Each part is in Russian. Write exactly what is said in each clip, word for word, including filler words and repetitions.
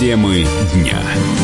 Темы дня.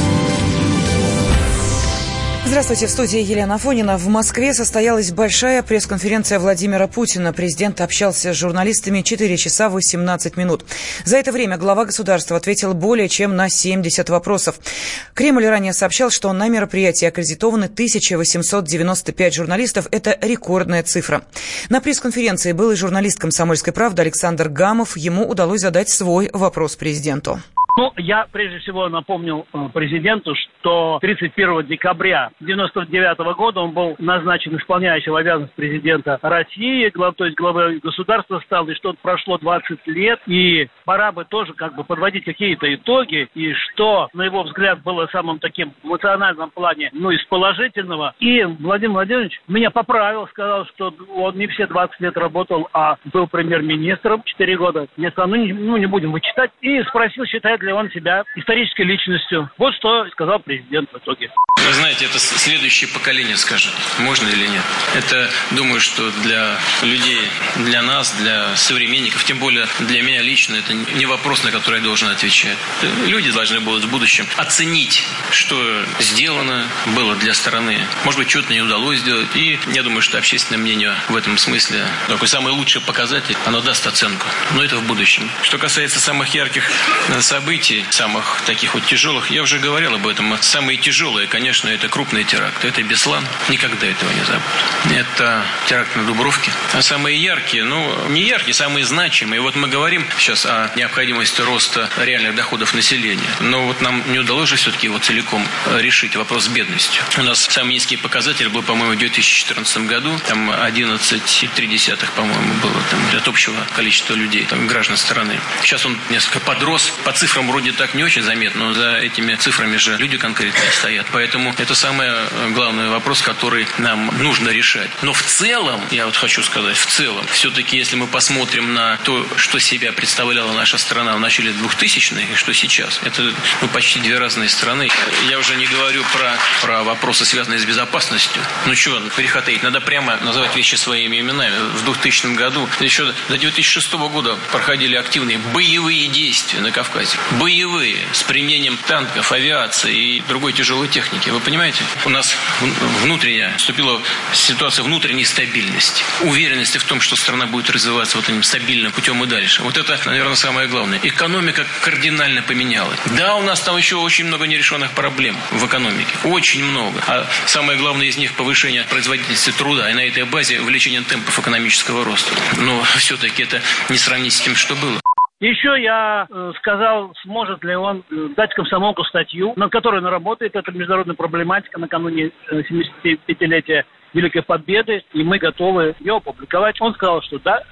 Здравствуйте, в студии Елена Афонина. В Москве состоялась большая пресс-конференция Владимира Путина. Президент общался с журналистами четыре часа восемнадцать минут. За это время глава государства ответил более чем на семьдесят вопросов. Кремль ранее сообщал, что на мероприятии аккредитованы тысяча восемьсот девяносто пять журналистов. Это рекордная цифра. На пресс-конференции был и журналист «Комсомольской правды» Александр Гамов. Ему удалось задать свой вопрос президенту. Ну, я прежде всего напомнил президенту, что тридцать первого декабря девяносто девятого года он был назначен исполняющим обязанности президента России, то есть главой государства стал, и что прошло двадцать лет, и пора бы тоже как бы подводить какие-то итоги, и что, на его взгляд, было самым таким в эмоциональном плане, ну, из положительного. И Владимир Владимирович меня поправил, сказал, что он не все двадцать лет работал, а был премьер-министром четыре года. Я сказал, ну не, ну, не будем вычитать, и спросил, считает ли он себя исторической личностью. Вот что сказал президент в итоге. Вы знаете, это следующее поколение скажет, можно или нет. Это, думаю, что для людей, для нас, для современников, тем более для меня лично, это не вопрос, на который я должен отвечать. Люди должны будут в будущем оценить, что сделано было для страны. Может быть, что-то не удалось сделать. И я думаю, что общественное мнение в этом смысле такой самый лучший показатель, оно даст оценку. Но это в будущем. Что касается самых ярких событий, самых таких вот тяжелых, я уже говорил об этом. Самые тяжелые, конечно, это крупный теракт. Это Беслан. Никогда этого не забуду. Это теракт на Дубровке. А самые яркие, ну, не яркие, самые значимые. Вот мы говорим сейчас о необходимости роста реальных доходов населения. Но вот нам не удалось же все-таки его целиком решить вопрос с бедностью. У нас самый низкий показатель был, по-моему, в две тысячи четырнадцатом году. Там одиннадцать целых три десятых, по-моему, было там, от общего количества людей, там, граждан страны. Сейчас он несколько подрос. По цифрам вроде так не очень заметно, но за этими цифрами же люди конкретно стоят. Поэтому это самый главный вопрос, который нам нужно решать. Но в целом, я вот хочу сказать, в целом, все-таки, если мы посмотрим на то, что себя представляла наша страна в начале двухтысячных и что сейчас, это ну, почти две разные страны. Я уже не говорю про, про вопросы, связанные с безопасностью. Ну что, перехотеть, надо прямо называть вещи своими именами. В двухтысячном году, еще до две тысячи шестого года проходили активные боевые действия на Кавказе. Боевые, с применением танков, авиации и другой тяжелой техники. Вы понимаете, у нас внутренняя, вступила ситуация внутренней стабильности, уверенности в том, что страна будет развиваться вот этим стабильным путем и дальше. Вот это, наверное, самое главное. Экономика кардинально поменялась. Да, у нас там еще очень много нерешенных проблем в экономике. Очень много. А самое главное из них повышение производительности труда. И на этой базе увеличение темпов экономического роста. Но все-таки это не сравнить с тем, что было. Еще я э, сказал, сможет ли он э, дать комсомолку статью, над которой он работает. Это международная проблематика накануне э, семидесятипятилетия Великой Победы, и мы готовы ее опубликовать. Он сказал, что да.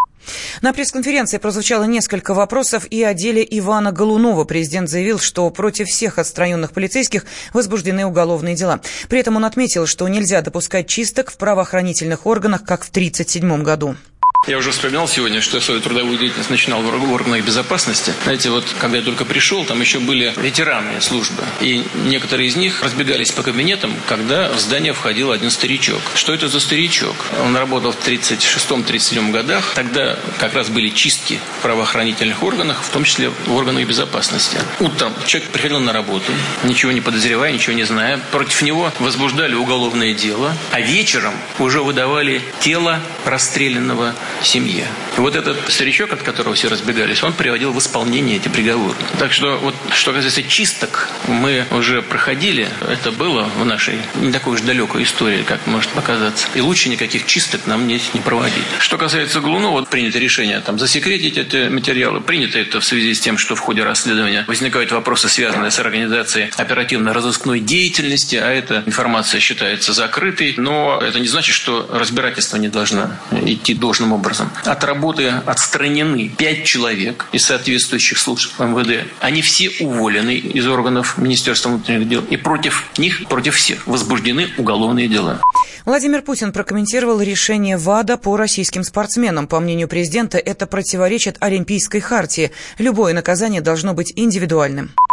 На пресс-конференции прозвучало несколько вопросов и о деле Ивана Голунова. Президент заявил, что против всех отстраненных полицейских возбуждены уголовные дела. При этом он отметил, что нельзя допускать чисток в правоохранительных органах, как в тысяча девятьсот тридцать седьмом году. Я уже вспоминал сегодня, что я свою трудовую деятельность начинал в органах безопасности. Знаете, вот когда я только пришел, там еще были ветераны службы. И некоторые из них разбегались по кабинетам, когда в здание входил один старичок. Что это за старичок? Он работал в тридцать шестом — тридцать седьмом годах. Тогда как раз были чистки в правоохранительных органах, в том числе в органах безопасности. Утром человек приходил на работу, ничего не подозревая, ничего не зная. Против него возбуждали уголовное дело, а вечером уже выдавали тело расстрелянного семье. И вот этот старичок, от которого все разбегались, он приводил в исполнение эти приговоры. Так что, вот, что касается чисток, мы уже проходили. Это было в нашей не такой уж далекой истории, как может показаться. И лучше никаких чисток нам не, не проводить. Что касается Голунова, принято решение там, засекретить эти материалы. Принято это в связи с тем, что в ходе расследования возникают вопросы, связанные с организацией оперативно-розыскной деятельности, а эта информация считается закрытой. Но это не значит, что разбирательство не должно идти должным образом. От работы отстранены пять человек из соответствующих служб МВД. Они все уволены из органов Министерства внутренних дел. И против них, против всех, возбуждены уголовные дела. Владимир Путин прокомментировал решение ВАДА по российским спортсменам. По мнению президента, это противоречит Олимпийской хартии. Любое наказание должно быть индивидуальным.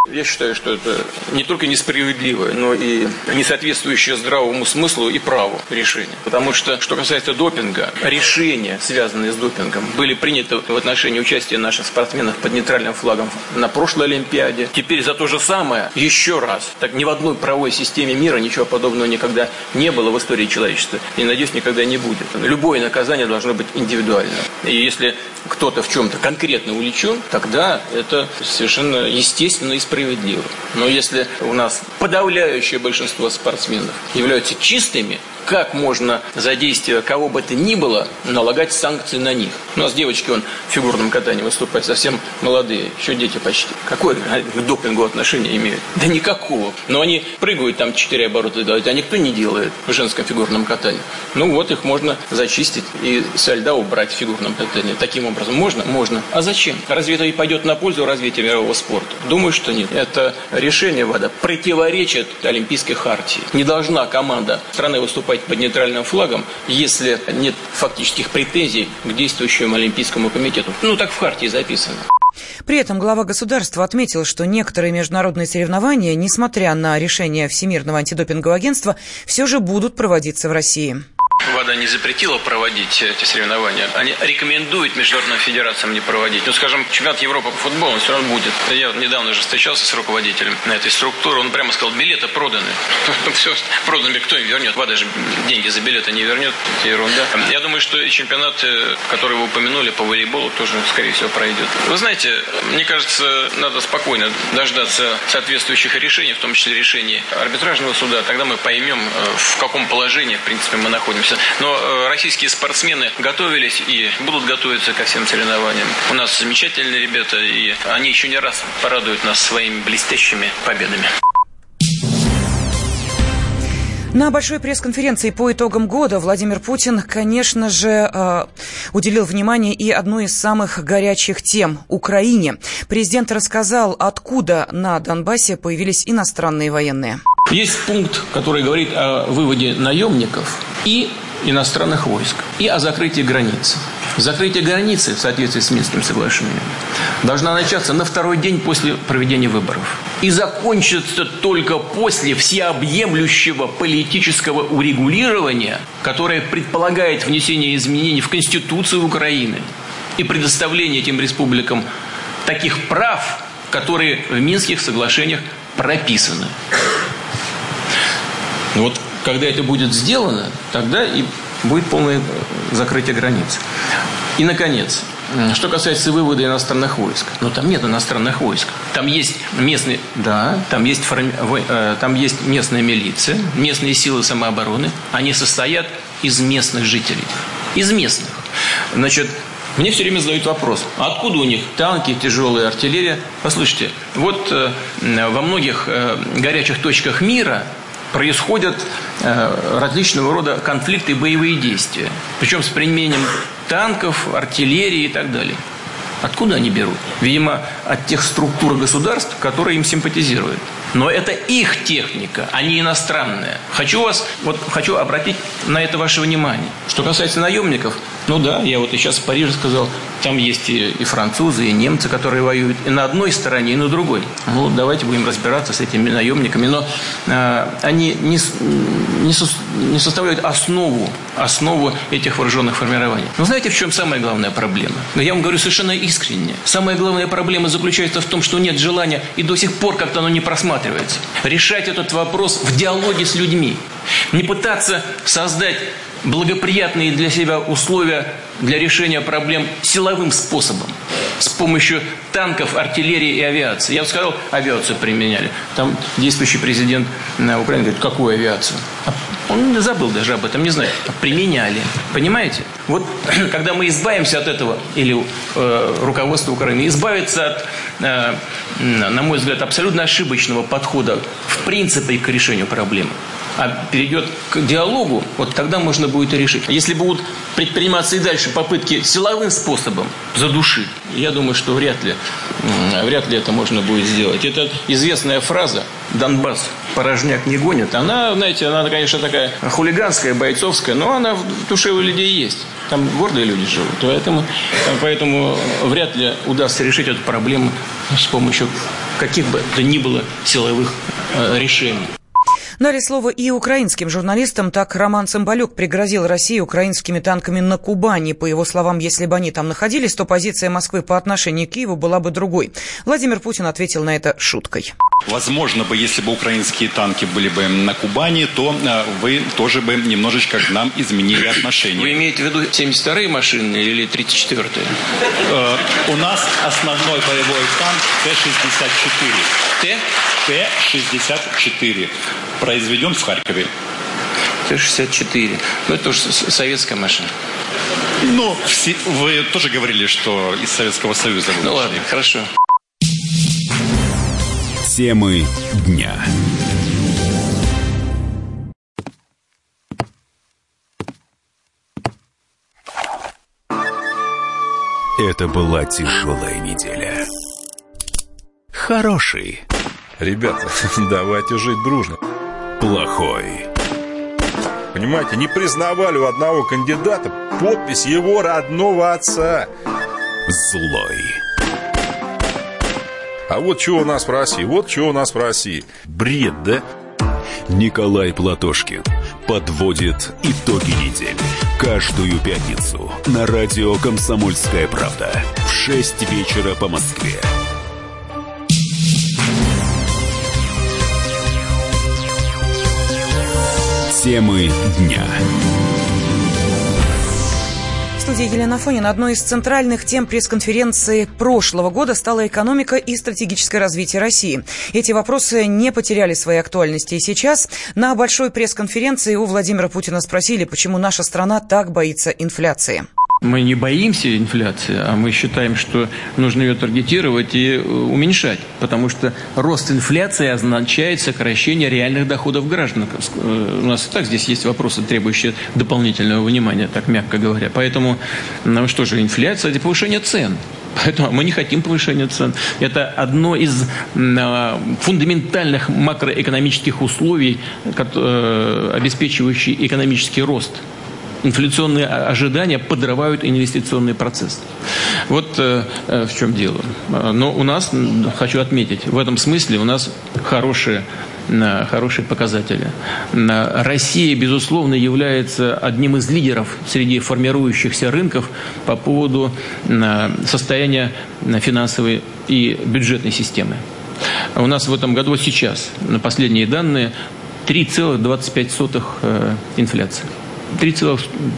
Я считаю, что это не только несправедливое, но и не соответствующее здравому смыслу и праву решение. Потому что, что касается допинга, решения, связанные с допингом, были приняты в отношении участия наших спортсменов под нейтральным флагом на прошлой Олимпиаде. Теперь за то же самое еще раз. Так ни в одной правовой системе мира ничего подобного никогда не было в истории человечества. И, надеюсь, никогда не будет. Любое наказание должно быть индивидуальным. И если кто-то в чем-то конкретно увлечен, тогда это совершенно естественно и справедливо. Но если у нас подавляющее большинство спортсменов являются чистыми, как можно за действие кого бы то ни было налагать санкции на них? У нас девочки вон, в фигурном катании выступают совсем молодые, еще дети почти. Какое к допингу отношение имеют? Да никакого. Но они прыгают там четыре оборота делать, а никто не делает в женском фигурном катании. Ну вот их можно зачистить и со льда убрать в фигурном катании. Таким образом можно? Можно. А зачем? Разве это и пойдет на пользу развития мирового спорта? Думаю, что нет. Это решение ВАДА противоречит Олимпийской хартии. Не должна команда страны выступать под нейтральным флагом, если нет фактических претензий к действующему Олимпийскому комитету. Ну, так в хартии записано. При этом глава государства отметил, что некоторые международные соревнования, несмотря на решение Всемирного антидопингового агентства, все же будут проводиться в России. ВАДА не запретила проводить эти соревнования. Они рекомендуют международным федерациям не проводить. Ну, скажем, чемпионат Европы по футболу, он все равно будет. Я недавно же встречался с руководителем этой структуры. Он прямо сказал, билеты проданы. Все проданы, кто им вернет? ВАДА же деньги за билеты не вернет. Это ерунда. Я думаю, что и чемпионат, который вы упомянули по волейболу, тоже, скорее всего, пройдет. Вы знаете, мне кажется, надо спокойно дождаться соответствующих решений, в том числе решений арбитражного суда. Тогда мы поймем, в каком положении, в принципе, мы находимся. Но российские спортсмены готовились и будут готовиться ко всем соревнованиям. У нас замечательные ребята, и они еще не раз порадуют нас своими блестящими победами. На большой пресс-конференции по итогам года Владимир Путин, конечно же, уделил внимание и одной из самых горячих тем – Украине. Президент рассказал, откуда на Донбассе появились иностранные военные. Есть пункт, который говорит о выводе наемников и иностранных войск, и о закрытии границы. Закрытие границы в соответствии с Минским соглашением должна начаться на второй день после проведения выборов и закончится только после всеобъемлющего политического урегулирования, которое предполагает внесение изменений в Конституцию Украины и предоставление этим республикам таких прав, которые в Минских соглашениях прописаны. Вот когда это будет сделано, тогда и будет полное закрытие границ. И, наконец, что касается вывода иностранных войск. Ну, там нет иностранных войск. Там есть местные, да, там есть, форми, там есть местная милиция, местные силы самообороны. Они состоят из местных жителей. Из местных. Значит, мне все время задают вопрос, а откуда у них танки, тяжелая артиллерия? Послушайте, вот э, во многих э, горячих точках мира происходят э, различного рода конфликты и боевые действия. Причем с применением танков, артиллерии и так далее. Откуда они берут? Видимо, от тех структур государств, которые им симпатизируют. Но это их техника, а не иностранная. Хочу вас, вот хочу обратить на это ваше внимание. Что касается наемников, ну да, я вот и сейчас в Париже сказал, там есть и, и французы, и немцы, которые воюют и на одной стороне, и на другой. Ну, давайте будем разбираться с этими наемниками. Но э, они не, не, со, не составляют основу, основу этих вооруженных формирований. Но знаете, в чем самая главная проблема? Я вам говорю совершенно искренне. Самая главная проблема заключается в том, что нет желания, и до сих пор как-то оно не просматривается. Решать этот вопрос в диалоге с людьми. Не пытаться создать благоприятные для себя условия для решения проблем силовым способом. С помощью танков, артиллерии и авиации. Я бы сказал, авиацию применяли. Там действующий президент Украины говорит, какую авиацию? Он забыл даже об этом, не знает. Применяли. Понимаете? Вот когда мы избавимся от этого, или э, руководство Украины избавится от, э, на мой взгляд, абсолютно ошибочного подхода в принципе к решению проблемы, а перейдет к диалогу, вот тогда можно будет и решить. Если будут предприниматься и дальше попытки силовым способом задушить, я думаю, что вряд ли вряд ли это можно будет сделать. Это известная фраза «Донбасс порожняк не гонит». Она, знаете, она, конечно, такая хулиганская, бойцовская, но она в душе у людей есть. Там гордые люди живут. Поэтому, поэтому вряд ли удастся решить эту проблему с помощью каких бы то ни было силовых э, решений. Дали слово и украинским журналистам. Так Роман Цымбалюк пригрозил России украинскими танками на Кубани. По его словам, если бы они там находились, то позиция Москвы по отношению к Киеву была бы другой. Владимир Путин ответил на это шуткой. Возможно бы, если бы украинские танки были бы на Кубани, то э, вы тоже бы немножечко к нам изменили отношения. Вы имеете в виду семьдесят вторые машины или тридцать четвёртые? Э, у нас основной боевой танк Т шестьдесят четыре. Т? Т шестьдесят четыре. Произведен в Харькове. Т шестьдесят четыре. Ну, это тоже советская машина. Ну, все, вы тоже говорили, что из Советского Союза. Ну, ладно, хорошо. Темы дня. Это была тяжелая неделя. Хороший. Ребята, давайте жить дружно. Плохой. Понимаете, не признавали у одного кандидата подпись его родного отца. Злой. А вот что у нас в России, вот что у нас в России. Бред, да? Николай Платошкин подводит итоги недели. Каждую пятницу на радио «Комсомольская правда» в шесть вечера по Москве. Темы дня. В студии Елена Афонина. Одной из центральных тем пресс-конференции прошлого года стала экономика и стратегическое развитие России. Эти вопросы не потеряли своей актуальности и сейчас. На большой пресс-конференции у Владимира Путина спросили, почему наша страна так боится инфляции. Мы не боимся инфляции, а мы считаем, что нужно ее таргетировать и уменьшать, потому что рост инфляции означает сокращение реальных доходов граждан. У нас и так здесь есть вопросы, требующие дополнительного внимания, так мягко говоря. Поэтому, ну что же, инфляция – это повышение цен. Поэтому мы не хотим повышения цен. Это одно из э, фундаментальных макроэкономических условий, э, обеспечивающих экономический рост. Инфляционные ожидания подрывают инвестиционный процесс. Вот э, в чем дело. Но у нас, хочу отметить, в этом смысле у нас хорошие, э, хорошие показатели. Россия, безусловно, является одним из лидеров среди формирующихся рынков по поводу э, состояния финансовой и бюджетной системы. У нас в этом году сейчас, на последние данные, три целых двадцать пять сотых э, инфляции. три целых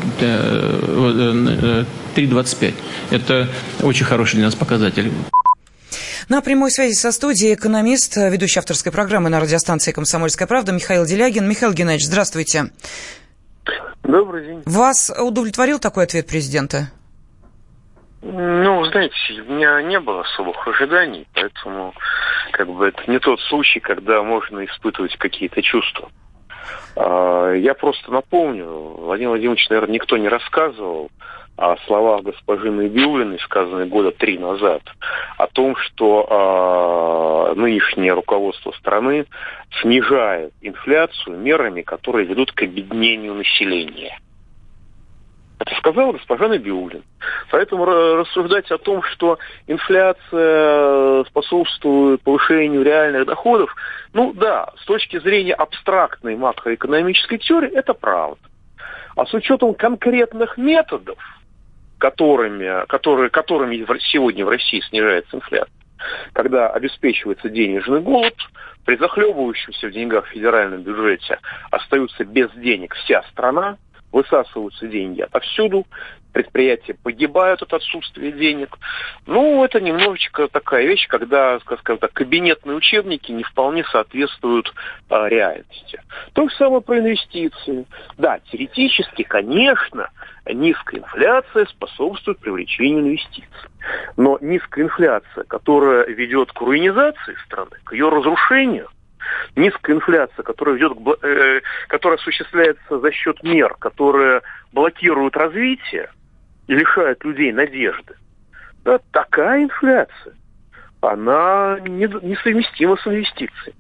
двадцать пять. Это очень хороший для нас показатель. На прямой связи со студией экономист, ведущий авторской программы на радиостанции «Комсомольская правда» Михаил Делягин. Михаил Геннадьевич, здравствуйте. Добрый день. Вас удовлетворил такой ответ президента? Ну, знаете, у меня не было особых ожиданий, поэтому как бы это не тот случай, когда можно испытывать какие-то чувства. Я просто напомню, Владимир Владимирович, наверное, никто не рассказывал о словах госпожи Набиуллиной, сказанные года три назад, о том, что э, нынешнее руководство страны снижает инфляцию мерами, которые ведут к обеднению населения. Это сказала госпожа Набиуллина. Поэтому рассуждать о том, что инфляция способствует повышению реальных доходов, ну да, с точки зрения абстрактной макроэкономической теории, это правда. А с учетом конкретных методов, которыми, которые, которыми сегодня в России снижается инфляция, когда обеспечивается денежный голод, при захлебывающемся в деньгах федеральном бюджете остаются без денег вся страна, высасываются деньги отовсюду, предприятия погибают от отсутствия денег. Ну, это немножечко такая вещь, когда, скажем так, кабинетные учебники не вполне соответствуют а, реальности. То же самое про инвестиции. Да, теоретически, конечно, низкая инфляция способствует привлечению инвестиций. Но низкая инфляция, которая ведет к руинизации страны, к ее разрушению, низкая инфляция, которая ведет, к, э, которая осуществляется за счет мер, которые блокируют развитие и лишают людей надежды. Да, такая инфляция, она несовместима с инвестициями.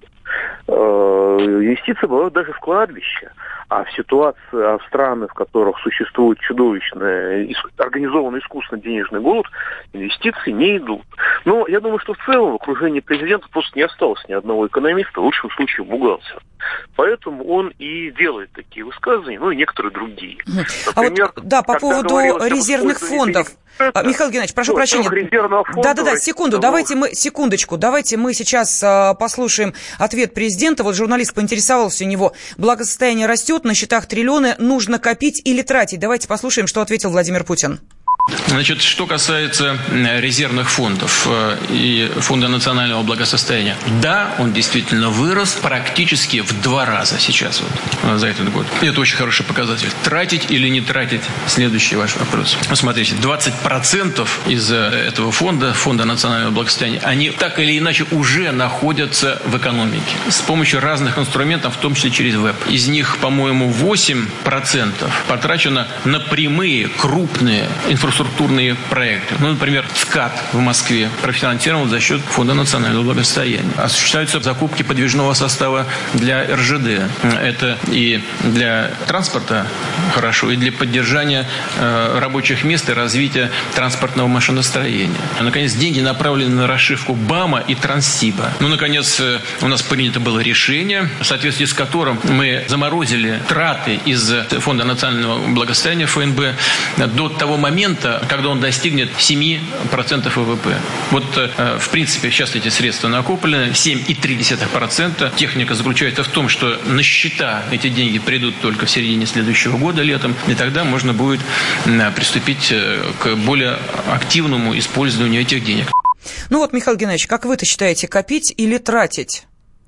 Инвестиции бывают даже в кладбище. А в ситуации, а в странах, в которых существует чудовищный, организованный искусственно денежный голод, инвестиции не идут. Но я думаю, что в целом в окружении президента просто не осталось ни одного экономиста, в лучшем случае бухгалтера. Поэтому он и делает такие высказывания, ну и некоторые другие. Например, а вот, да, по поводу резервных фондов. Это, Михаил Геннадьевич, прошу ну, прощения. Да-да-да, секунду, давайте мы, секундочку, давайте мы сейчас а, послушаем ответ президента. Вот журналист поинтересовался у него, благосостояние растет, на счетах триллионы, нужно копить или тратить. Давайте послушаем, что ответил Владимир Путин. Значит, что касается резервных фондов и Фонда национального благосостояния, да, он действительно вырос практически в два раза сейчас вот, за этот год. Это очень хороший показатель. Тратить или не тратить? Следующий ваш вопрос. Смотрите, двадцать процентов из этого фонда, Фонда национального благосостояния, они так или иначе уже находятся в экономике с помощью разных инструментов, в том числе через веб. Из них, по-моему, восемь процентов потрачено на прямые, крупные инфраструктурные структурные проекты. Ну, например, СКАТ в Москве профинансирован за счет Фонда национального благосостояния. Осуществляются закупки подвижного состава для эр жэ дэ. Это и для транспорта хорошо, и для поддержания э, рабочих мест и развития транспортного машиностроения. А, наконец, деньги направлены на расшивку БАМа и Транссиба. Ну, наконец, э, у нас принято было решение, в соответствии с которым мы заморозили траты из Фонда национального благосостояния эф эн бэ до того момента, когда он достигнет семь процентов вэ вэ пэ. Вот, в принципе, сейчас эти средства накоплены, семь целых три десятых процента. Техника заключается в том, что на счета эти деньги придут только в середине следующего года, летом, и тогда можно будет приступить к более активному использованию этих денег. Ну вот, Михаил Геннадьевич, как вы-то считаете, копить или тратить?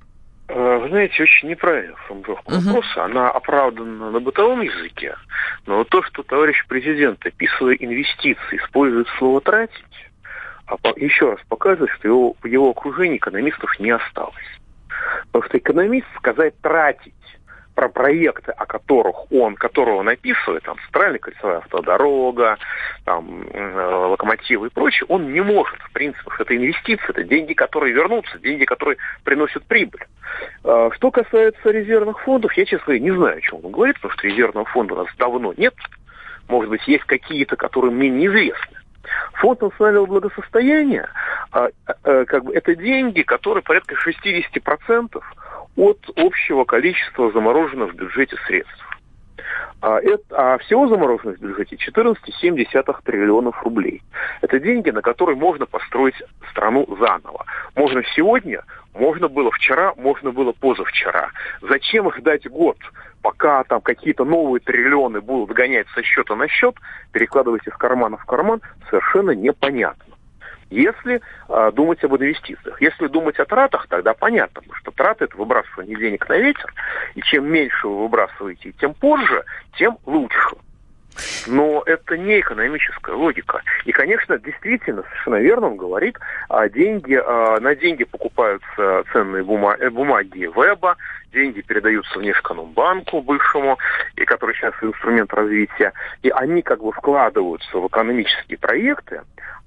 Вы знаете, очень неправильная формулировка uh-huh. вопроса. Она оправдана на бытовом языке. Но вот то, что товарищ президент, описывая инвестиции, использует слово «тратить», а по, еще раз показывает, что его, в его окружении экономистов не осталось. Потому что экономист сказать «тратить» про проекты, о которых он, которого он описывает, там, центральная кольцевая автодорога, там, э, локомотивы и прочее, он не может, в принципе, потому что это инвестиции, это деньги, которые вернутся, деньги, которые приносят прибыль. Э, что касается резервных фондов, я, честно говоря, не знаю, о чем он говорит, потому что резервного фонда у нас давно нет. Может быть, есть какие-то, которые мне неизвестны. Фонд национального благосостояния, э, э, как бы, это деньги, которые порядка шестьдесят процентов от общего количества замороженных в бюджете средств. А, это, а всего замороженных в бюджете четырнадцать целых семь десятых триллионов рублей. Это деньги, на которые можно построить страну заново. Можно сегодня, можно было вчера, можно было позавчера. Зачем ждать год, пока там какие-то новые триллионы будут гонять со счета на счет, перекладывать из кармана в карман, совершенно непонятно. Если э, думать об инвестициях. Если думать о тратах, тогда понятно, потому что траты – это выбрасывание денег на ветер, и чем меньше вы выбрасываете, тем позже, тем лучше. Но это не экономическая логика. И, конечно, действительно, совершенно верно он говорит, а деньги, а, на деньги покупаются ценные бумаги, бумаги веба, деньги передаются Внешэкономбанку бывшему, и который сейчас инструмент развития, и они как бы вкладываются в экономические проекты,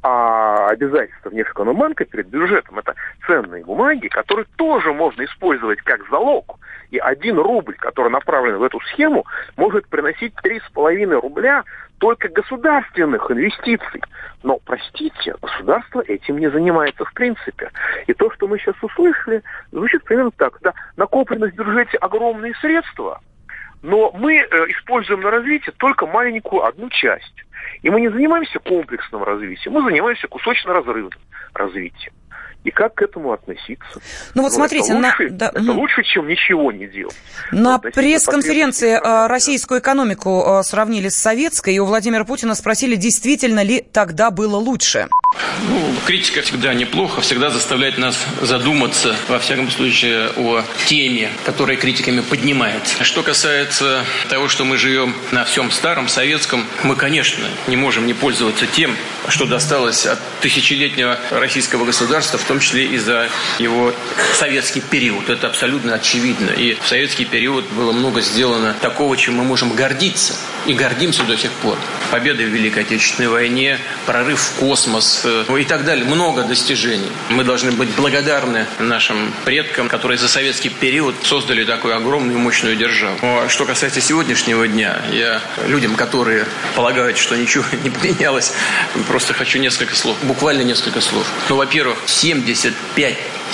а обязательства Внешэкономбанка перед бюджетом – это ценные бумаги, которые тоже можно использовать как залог. И один рубль, который направлен в эту схему, может приносить три с половиной рубля только государственных инвестиций. Но, простите, государство этим не занимается в принципе. И то, что мы сейчас услышали, звучит примерно так. Да, накоплены в бюджете огромные средства, но мы э, используем на развитие только маленькую одну часть. И мы не занимаемся комплексным развитием, мы занимаемся кусочно-разрывным развитием. И как к этому относиться? Ну вот смотрите, это, на... лучше, да. это лучше, чем ничего не делать. На пресс-конференции российскую экономику сравнили с советской, и у Владимира Путина спросили, действительно ли тогда было лучше. Ну, критика всегда неплохо, всегда заставляет нас задуматься, во всяком случае, о теме, которая критиками поднимается. Что касается того, что мы живем на всем старом, советском, мы, конечно, не можем не пользоваться тем, что досталось от тысячелетнего российского государства, в том числе и за его советский период. Это абсолютно очевидно. И в советский период было много сделано такого, чем мы можем гордиться. И гордимся до сих пор. Победы в Великой Отечественной войне, прорыв в космос и так далее. Много достижений. Мы должны быть благодарны нашим предкам, которые за советский период создали такую огромную и мощную державу. Но что касается сегодняшнего дня, я людям, которые полагают, что ничего не поменялось, просто хочу несколько слов, буквально несколько слов. Ну, во-первых, семьдесят пять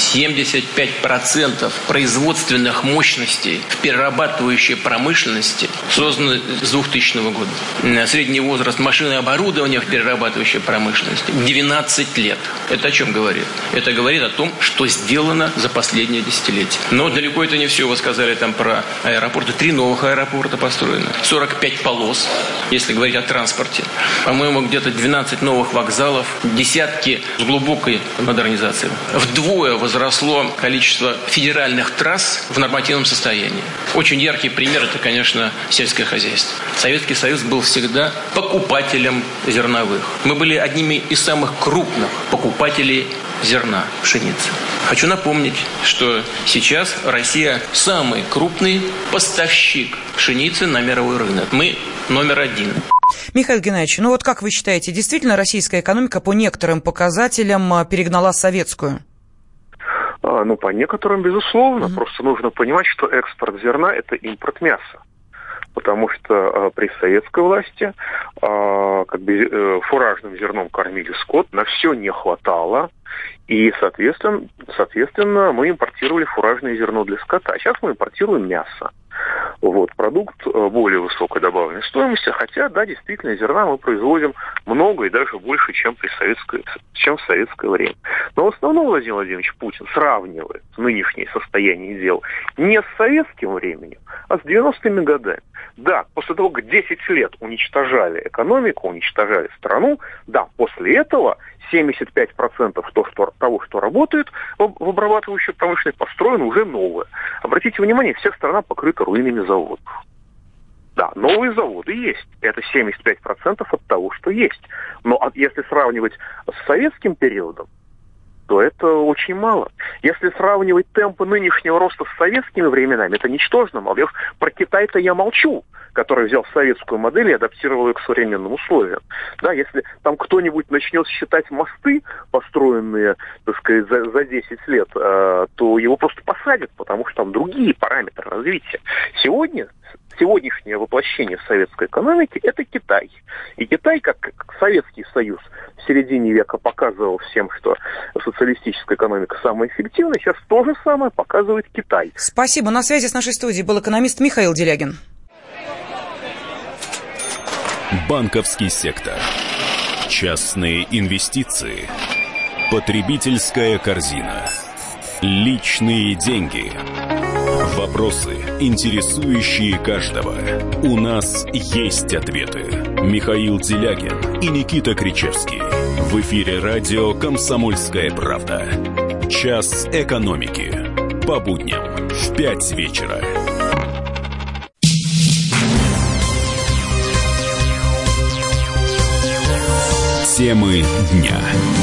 процентов производственных мощностей в перерабатывающей промышленности созданы с двухтысячного года. Средний возраст машин и оборудования в перерабатывающей промышленности двенадцать лет. Это о чем говорит? Это говорит о том, что сделано за последние десятилетия. Но далеко это не все. Вы сказали там про аэропорты. Три новых аэропорта построено. сорок пять полос, если говорить о транспорте. По-моему, где-то двенадцать новых вокзалов, десятки с глубокой модернизацией. Вдвое возросло количество федеральных трасс в нормативном состоянии. Очень яркий пример – это, конечно, сельское хозяйство. Советский Союз был всегда покупателем зерновых. Мы были одними из самых крупных покупателей зерна, пшеницы. Хочу напомнить, что сейчас Россия самый крупный поставщик пшеницы на мировой рынок. Мы номер один. Михаил Геннадьевич, ну вот как вы считаете, действительно российская экономика по некоторым показателям перегнала советскую? А, ну, по некоторым, безусловно. Mm-hmm. Просто нужно понимать, что экспорт зерна – это импорт мяса. Потому что а, при советской власти а, как бы, э, фуражным зерном кормили скот, на все не хватало. И, соответственно, соответственно, мы импортировали фуражное зерно для скота. А сейчас мы импортируем мясо. Вот, продукт более высокой добавленной стоимости, хотя, да, действительно, зерна мы производим много и даже больше, чем, при советской, чем в советское время. Но в основном Владимир Владимирович Путин сравнивает нынешнее состояние дел не с советским временем, а с девяностыми годами. Да, после того, как десять лет уничтожали экономику, уничтожали страну, да, после этого семьдесят пять процентов то, что, того, что работает в, в обрабатывающей промышленности, построено уже новое. Обратите внимание, вся страна покрыта руинами заводов. Да, новые заводы есть. Это семьдесят пять процентов от того, что есть. Но если сравнивать с советским периодом, то это очень мало. Если сравнивать темпы нынешнего роста с советскими временами, это ничтожно мало. Я про Китай-то я молчу, который взял советскую модель и адаптировал ее к современным условиям. Да, если там кто-нибудь начнет считать мосты, построенные, так сказать, за, за десять лет, э, то его просто посадят, потому что там другие параметры развития. Сегодня Сегодняшнее воплощение советской экономики – это Китай. И Китай, как, как Советский Союз в середине века показывал всем, что социалистическая экономика самая эффективная, сейчас то же самое показывает Китай. Спасибо. На связи с нашей студией был экономист Михаил Делягин. Банковский сектор. Частные инвестиции. Потребительская корзина. Личные деньги. Вопросы, интересующие каждого. У нас есть ответы. Михаил Делягин и Никита Кричевский. В эфире радио «Комсомольская правда». Час экономики. По будням в пять вечера. Темы дня.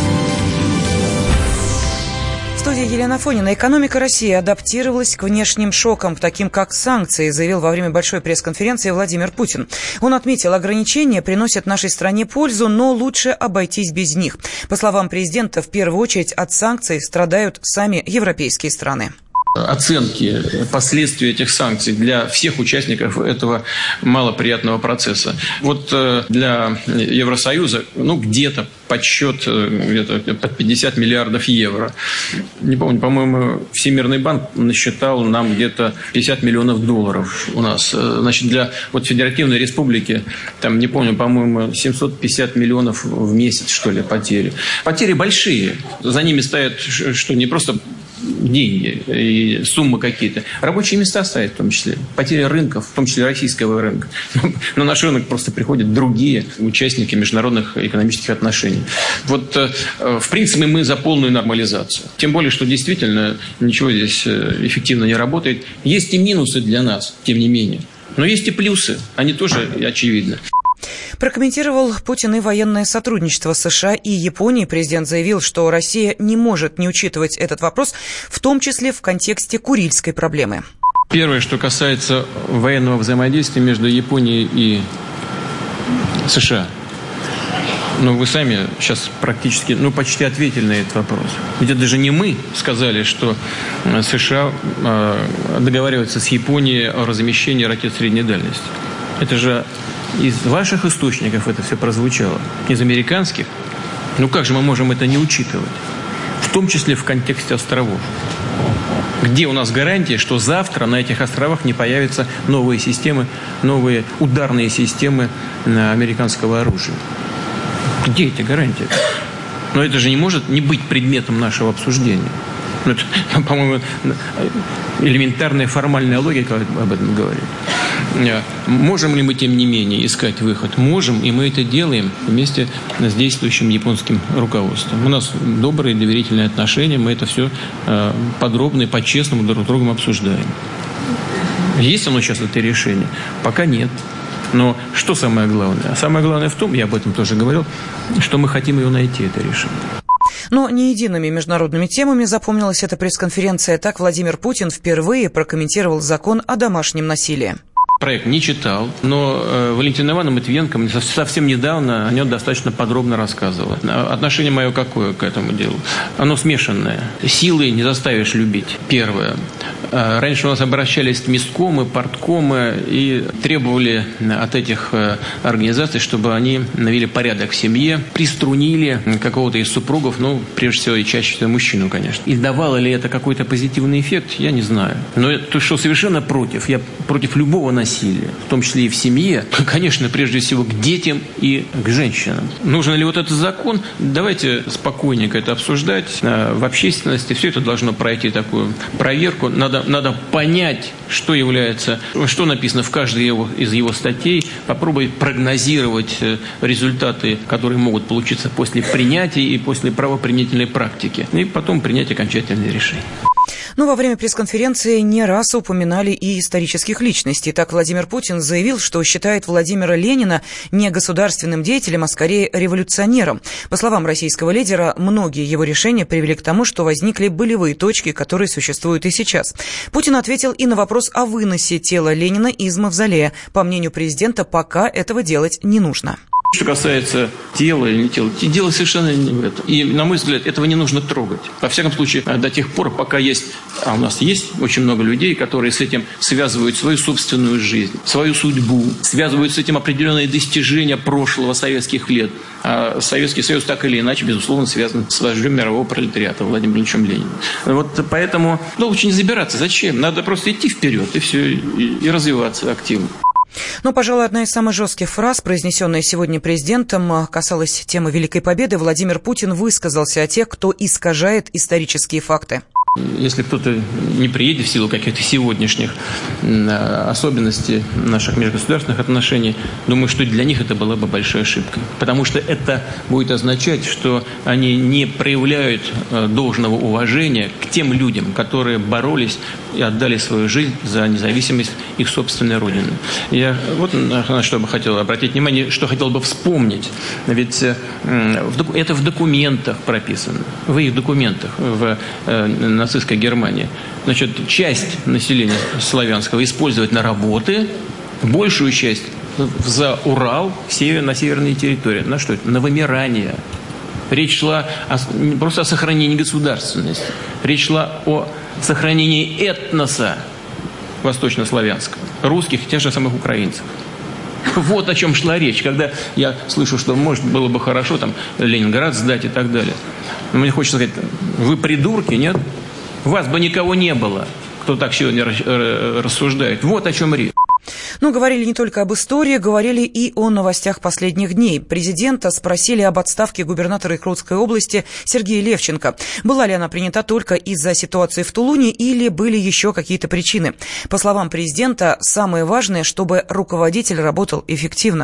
В студии Елена Афонина. Экономика России адаптировалась к внешним шокам, таким как санкции, заявил во время большой пресс-конференции Владимир Путин. Он отметил, ограничения приносят нашей стране пользу, но лучше обойтись без них. По словам президента, в первую очередь от санкций страдают сами европейские страны. Оценки последствий этих санкций для всех участников этого малоприятного процесса. Вот для Евросоюза, ну, где-то подсчет где-то под пятьдесят миллиардов евро. Не помню, по-моему, Всемирный банк насчитал нам где-то пятьдесят миллионов долларов у нас. Значит, для вот Федеративной Республики, там, не помню, по-моему, семьсот пятьдесят миллионов в месяц, что ли, потери. Потери большие. За ними стоят, что не просто деньги и суммы какие-то. Рабочие места стоят в том числе. Потеря рынков, в том числе российского рынка. На наш рынок просто приходят другие участники международных экономических отношений. Вот, в принципе, мы за полную нормализацию. Тем более, что действительно ничего здесь эффективно не работает. Есть и минусы для нас, тем не менее. Но есть и плюсы. Они тоже очевидны. Прокомментировал Путин и военное сотрудничество США и Японии. Президент заявил, что Россия не может не учитывать этот вопрос, в том числе в контексте Курильской проблемы. Первое, что касается военного взаимодействия между Японией и США. Ну, вы сами сейчас практически, ну, почти ответили на этот вопрос. Ведь это даже не мы сказали, что США договариваются с Японией о размещении ракет средней дальности. Это же из ваших источников это все прозвучало, из американских. Ну, как же мы можем это не учитывать? В том числе в контексте островов. Где у нас гарантия, что завтра на этих островах не появятся новые системы, новые ударные системы американского оружия? Где эти гарантии? Но это же не может не быть предметом нашего обсуждения. Это, по-моему, элементарная формальная логика об этом говорит. Можем ли мы, тем не менее, искать выход? Можем, и мы это делаем вместе с действующим японским руководством. У нас добрые доверительные отношения, мы это все подробно и по-честному друг с другом обсуждаем. Есть оно сейчас, это решение? Пока нет. Но что самое главное? Самое главное в том, я об этом тоже говорил, что мы хотим ее найти, это решение. Но не едиными международными темами запомнилась эта пресс-конференция. Так Владимир Путин впервые прокомментировал закон о домашнем насилии. Проект не читал, но э, Валентина Ивановна Матвиенко мне совсем недавно о нем достаточно подробно рассказывала. Отношение мое какое к этому делу? Оно смешанное. Силой не заставишь любить, первое. Э, раньше у нас обращались месткомы, парткомы и требовали от этих э, организаций, чтобы они навели порядок в семье, приструнили какого-то из супругов, ну, прежде всего и чаще всего мужчину, конечно. И давало ли это какой-то позитивный эффект, я не знаю. Но то, что совершенно против, я против любого насилия, в том числе и в семье, конечно, прежде всего к детям и к женщинам. Нужен ли вот этот закон? Давайте спокойненько это обсуждать в общественности. Все это должно пройти такую проверку. Надо, надо понять, что является, что написано в каждой его, из его статей, попробовать прогнозировать результаты, которые могут получиться после принятия и после правоприменительной практики. И потом принять окончательное решение. Но во время пресс-конференции не раз упоминали и исторических личностей. Так Владимир Путин заявил, что считает Владимира Ленина не государственным деятелем, а скорее революционером. По словам российского лидера, многие его решения привели к тому, что возникли болевые точки, которые существуют и сейчас. Путин ответил и на вопрос о выносе тела Ленина из мавзолея. По мнению президента, пока этого делать не нужно. Что касается тела или не тела, дело совершенно не в этом. И, на мой взгляд, этого не нужно трогать. Во всяком случае, до тех пор, пока есть, а у нас есть очень много людей, которые с этим связывают свою собственную жизнь, свою судьбу, связывают с этим определенные достижения прошлого советских лет. А Советский Союз так или иначе, безусловно, связан с вождем мирового пролетариата Владимиром Ильичем Лениным. Вот поэтому ну, лучше не забираться. Зачем? Надо просто идти вперед и все, и, и развиваться активно. Но, пожалуй, одна из самых жестких фраз, произнесенная сегодня президентом, касалась темы Великой Победы. Владимир Путин высказался о тех, кто искажает исторические факты. Если кто-то не приедет в силу каких-то сегодняшних особенностей наших межгосударственных отношений, думаю, что для них это была бы большой ошибкой. Потому что это будет означать, что они не проявляют должного уважения к тем людям, которые боролись и отдали свою жизнь за независимость их собственной Родины. Я вот на что бы хотел обратить внимание, что хотел бы вспомнить. Ведь это в документах прописано, в их документах, в нацистской Германии. Значит, часть населения славянского использовать на работы, большую часть за Урал, север, на северные территории. На что это? На вымирание. Речь шла о, не просто о сохранении государственности. Речь шла о сохранении этноса восточнославянского, русских и тех же самых украинцев. Вот о чем шла речь, когда я слышу, что, может, было бы хорошо там Ленинград сдать и так далее. Но мне хочется сказать, вы придурки, нет? Вас бы никого не было, кто так сегодня рассуждает. Вот о чем речь. Но говорили не только об истории, говорили и о новостях последних дней. Президента спросили об отставке губернатора Иркутской области Сергея Левченко. Была ли она принята только из-за ситуации в Тулуне или были еще какие-то причины? По словам президента, самое важное, чтобы руководитель работал эффективно.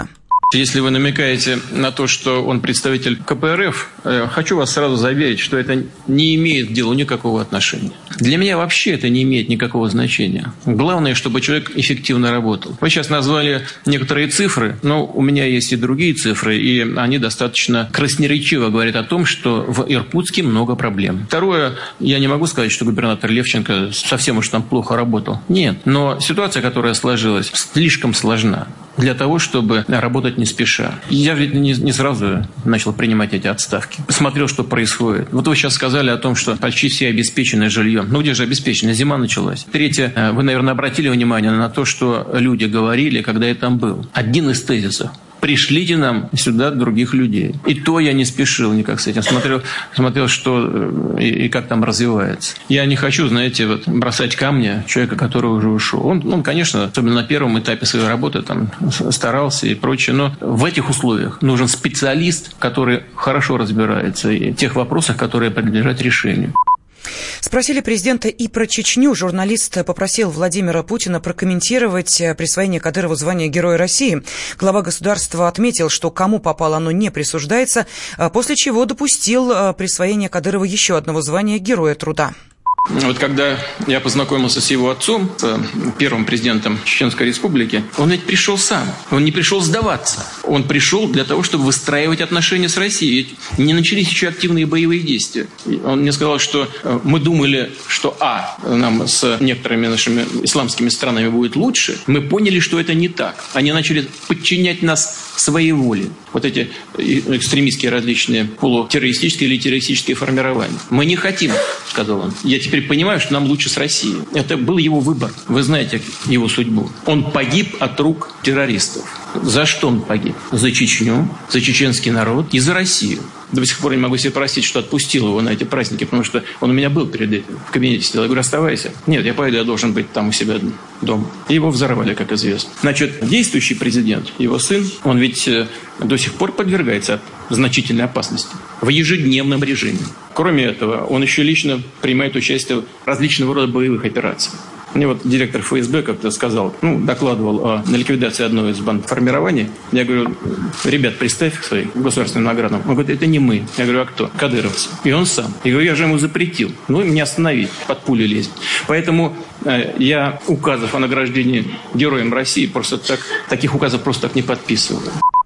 Если вы намекаете на то, что он представитель ка пэ эр эф, хочу вас сразу заверить, что это не имеет к делу никакого отношения. Для меня вообще это не имеет никакого значения. Главное, чтобы человек эффективно работал. Вы сейчас назвали некоторые цифры, но у меня есть и другие цифры, и они достаточно красноречиво говорят о том, что в Иркутске много проблем. Второе, я не могу сказать, что губернатор Левченко совсем уж там плохо работал. Нет, но ситуация, которая сложилась, слишком сложна для того, чтобы работать не спеша. Я ведь не, не сразу начал принимать эти отставки. Посмотрел, что происходит. Вот вы сейчас сказали о том, что почти все обеспечены жильем. Ну где же обеспечены? Зима началась. Третье, вы, наверное, обратили внимание на то, что люди говорили, когда я там был. Один из тезисов. Пришлите нам сюда других людей. И то я не спешил никак с этим. Смотрел, смотрел что и, и как там развивается. Я не хочу, знаете, вот, бросать камни человека, который уже ушел. Он, он, конечно, особенно на первом этапе своей работы там, старался и прочее. Но в этих условиях нужен специалист, который хорошо разбирается в тех вопросах, которые подлежат решению. Спросили президента и про Чечню. Журналист попросил Владимира Путина прокомментировать присвоение Кадырову звания Героя России. Глава государства отметил, что кому попало, оно не присуждается, после чего допустил присвоение Кадырову еще одного звания Героя труда. Вот когда я познакомился с его отцом, первым президентом Чеченской Республики, он ведь пришел сам. Он не пришел сдаваться. Он пришел для того, чтобы выстраивать отношения с Россией. Ведь не начались еще активные боевые действия. Он мне сказал, что мы думали, что а, нам с некоторыми нашими исламскими странами будет лучше. Мы поняли, что это не так. Они начали подчинять нас своей воле. Вот эти экстремистские различные полутеррористические или террористические формирования. Мы не хотим, сказал он. Я теперь понимаю, что нам лучше с Россией. Это был его выбор. Вы знаете его судьбу. Он погиб от рук террористов. За что он погиб? За Чечню, за чеченский народ и за Россию. До сих пор не могу себе простить, что отпустил его на эти праздники, потому что он у меня был перед этим в кабинете сидел. Я говорю, оставайся. Нет, я поеду, я должен быть там у себя дома. И его взорвали, как известно. Значит, действующий президент, его сын, он ведь до сих пор подвергается значительной опасности в ежедневном режиме. Кроме этого, он еще лично принимает участие в различного рода боевых операциях. Мне вот директор эф эс бэ как-то сказал, ну, докладывал о ликвидации одной из банд формирований. Я говорю, ребят, представь своим государственным наградам. Он говорит, это не мы. Я говорю, а кто? Кадыровцы. И он сам. Я говорю, я же ему запретил. Ну, меня остановить, под пули лезть. Поэтому э, я указов о награждении Героем России просто так, таких указов просто так не подписываю.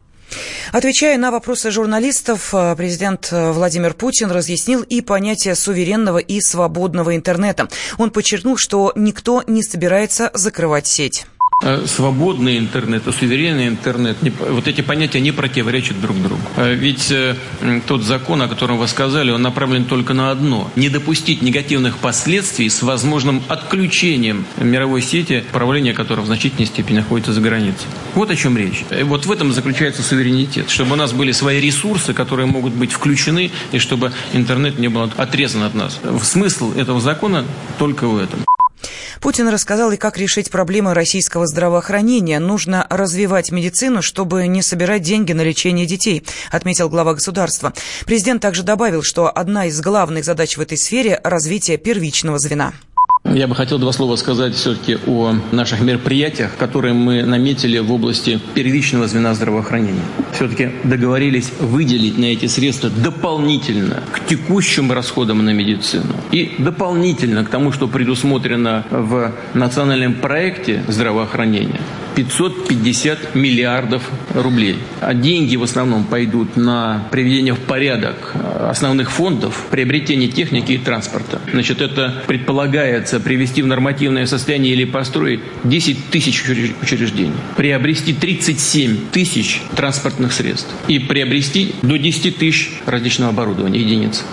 Отвечая на вопросы журналистов, президент Владимир Путин разъяснил и понятие суверенного и свободного интернета. Он подчеркнул, что никто не собирается закрывать сеть. Свободный интернет и суверенный интернет, вот эти понятия не противоречат друг другу. Ведь тот закон, о котором вы сказали, он направлен только на одно – не допустить негативных последствий с возможным отключением мировой сети, управление которой в значительной степени находится за границей. Вот о чем речь. И вот в этом заключается суверенитет, чтобы у нас были свои ресурсы, которые могут быть включены, и чтобы интернет не был отрезан от нас. Смысл этого закона только в этом. Путин рассказал и как решить проблемы российского здравоохранения. Нужно развивать медицину, чтобы не собирать деньги на лечение детей, отметил глава государства. Президент также добавил, что одна из главных задач в этой сфере – развитие первичного звена. Я бы хотел два слова сказать все-таки о наших мероприятиях, которые мы наметили в области первичного звена здравоохранения. Все-таки договорились выделить на эти средства дополнительно к текущим расходам на медицину и дополнительно к тому, что предусмотрено в национальном проекте здравоохранения. пятьсот пятьдесят миллиардов рублей. А деньги в основном пойдут на приведение в порядок основных фондов, приобретение техники и транспорта. Значит, это предполагается привести в нормативное состояние или построить десять тысяч учреждений, приобрести тридцать семь тысяч транспортных средств и приобрести до десять тысяч различного оборудования, единиц.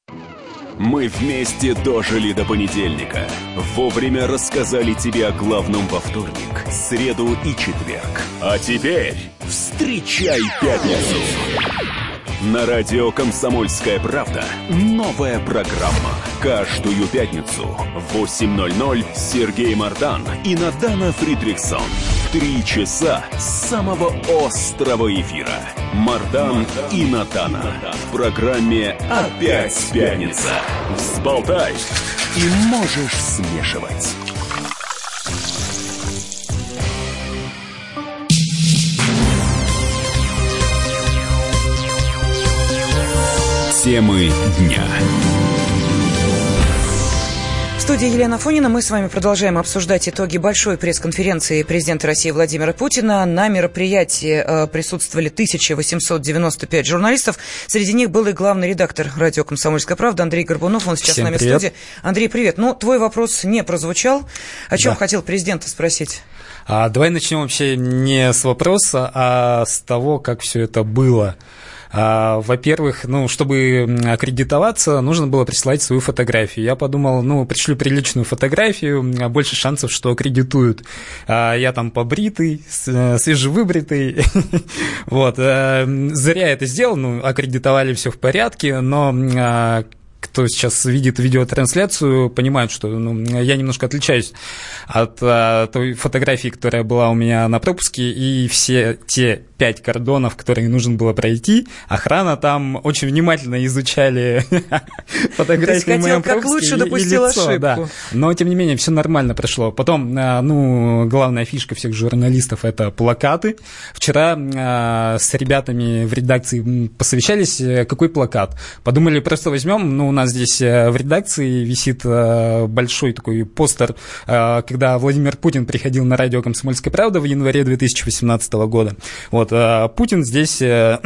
Мы вместе дожили до понедельника. Вовремя рассказали тебе о главном во вторник, среду и четверг. А теперь встречай пятницу. На радио «Комсомольская правда» новая программа. Каждую пятницу в восемь ноль ноль Сергей Мардан и Надана Фридрихсон. Три часа самого острого эфира. Мардан и Надана. В программе «Опять пятница». Взболтай и можешь смешивать. Темы дня. В студии Елена Афонина. Мы с вами продолжаем обсуждать итоги большой пресс-конференции президента России Владимира Путина. На мероприятии э, присутствовали тысяча восемьсот девяносто пять журналистов. Среди них был и главный редактор радио «Комсомольская правда» Андрей Горбунов. Он сейчас Всем с нами привет. в студии. Андрей, привет. Ну, твой вопрос не прозвучал. О чем да. хотел президента спросить? А, давай начнем вообще не с вопроса, а с того, как все это было. Во-первых, ну, чтобы аккредитоваться, нужно было прислать свою фотографию. Я подумал, ну, пришлю приличную фотографию, больше шансов, что аккредитуют. Я там побритый, свежевыбритый. Вот. Зря это сделал, ну, аккредитовали, все в порядке, но... кто сейчас видит видеотрансляцию, понимает, что ну, я немножко отличаюсь от а, той фотографии, которая была у меня на пропуске, и все те пять кордонов, которые нужно было пройти, охрана там очень внимательно изучали фотографии в моем пропуске. Как лучше допустил ошибку. Да. Но, тем не менее, все нормально прошло. Потом, ну, главная фишка всех журналистов – это плакаты. Вчера а, с ребятами в редакции посовещались, какой плакат. Подумали, просто возьмем, ну, у нас здесь в редакции висит большой такой постер, когда Владимир Путин приходил на радио «Комсомольская правда» в январе две тысячи восемнадцатого года. Вот, Путин здесь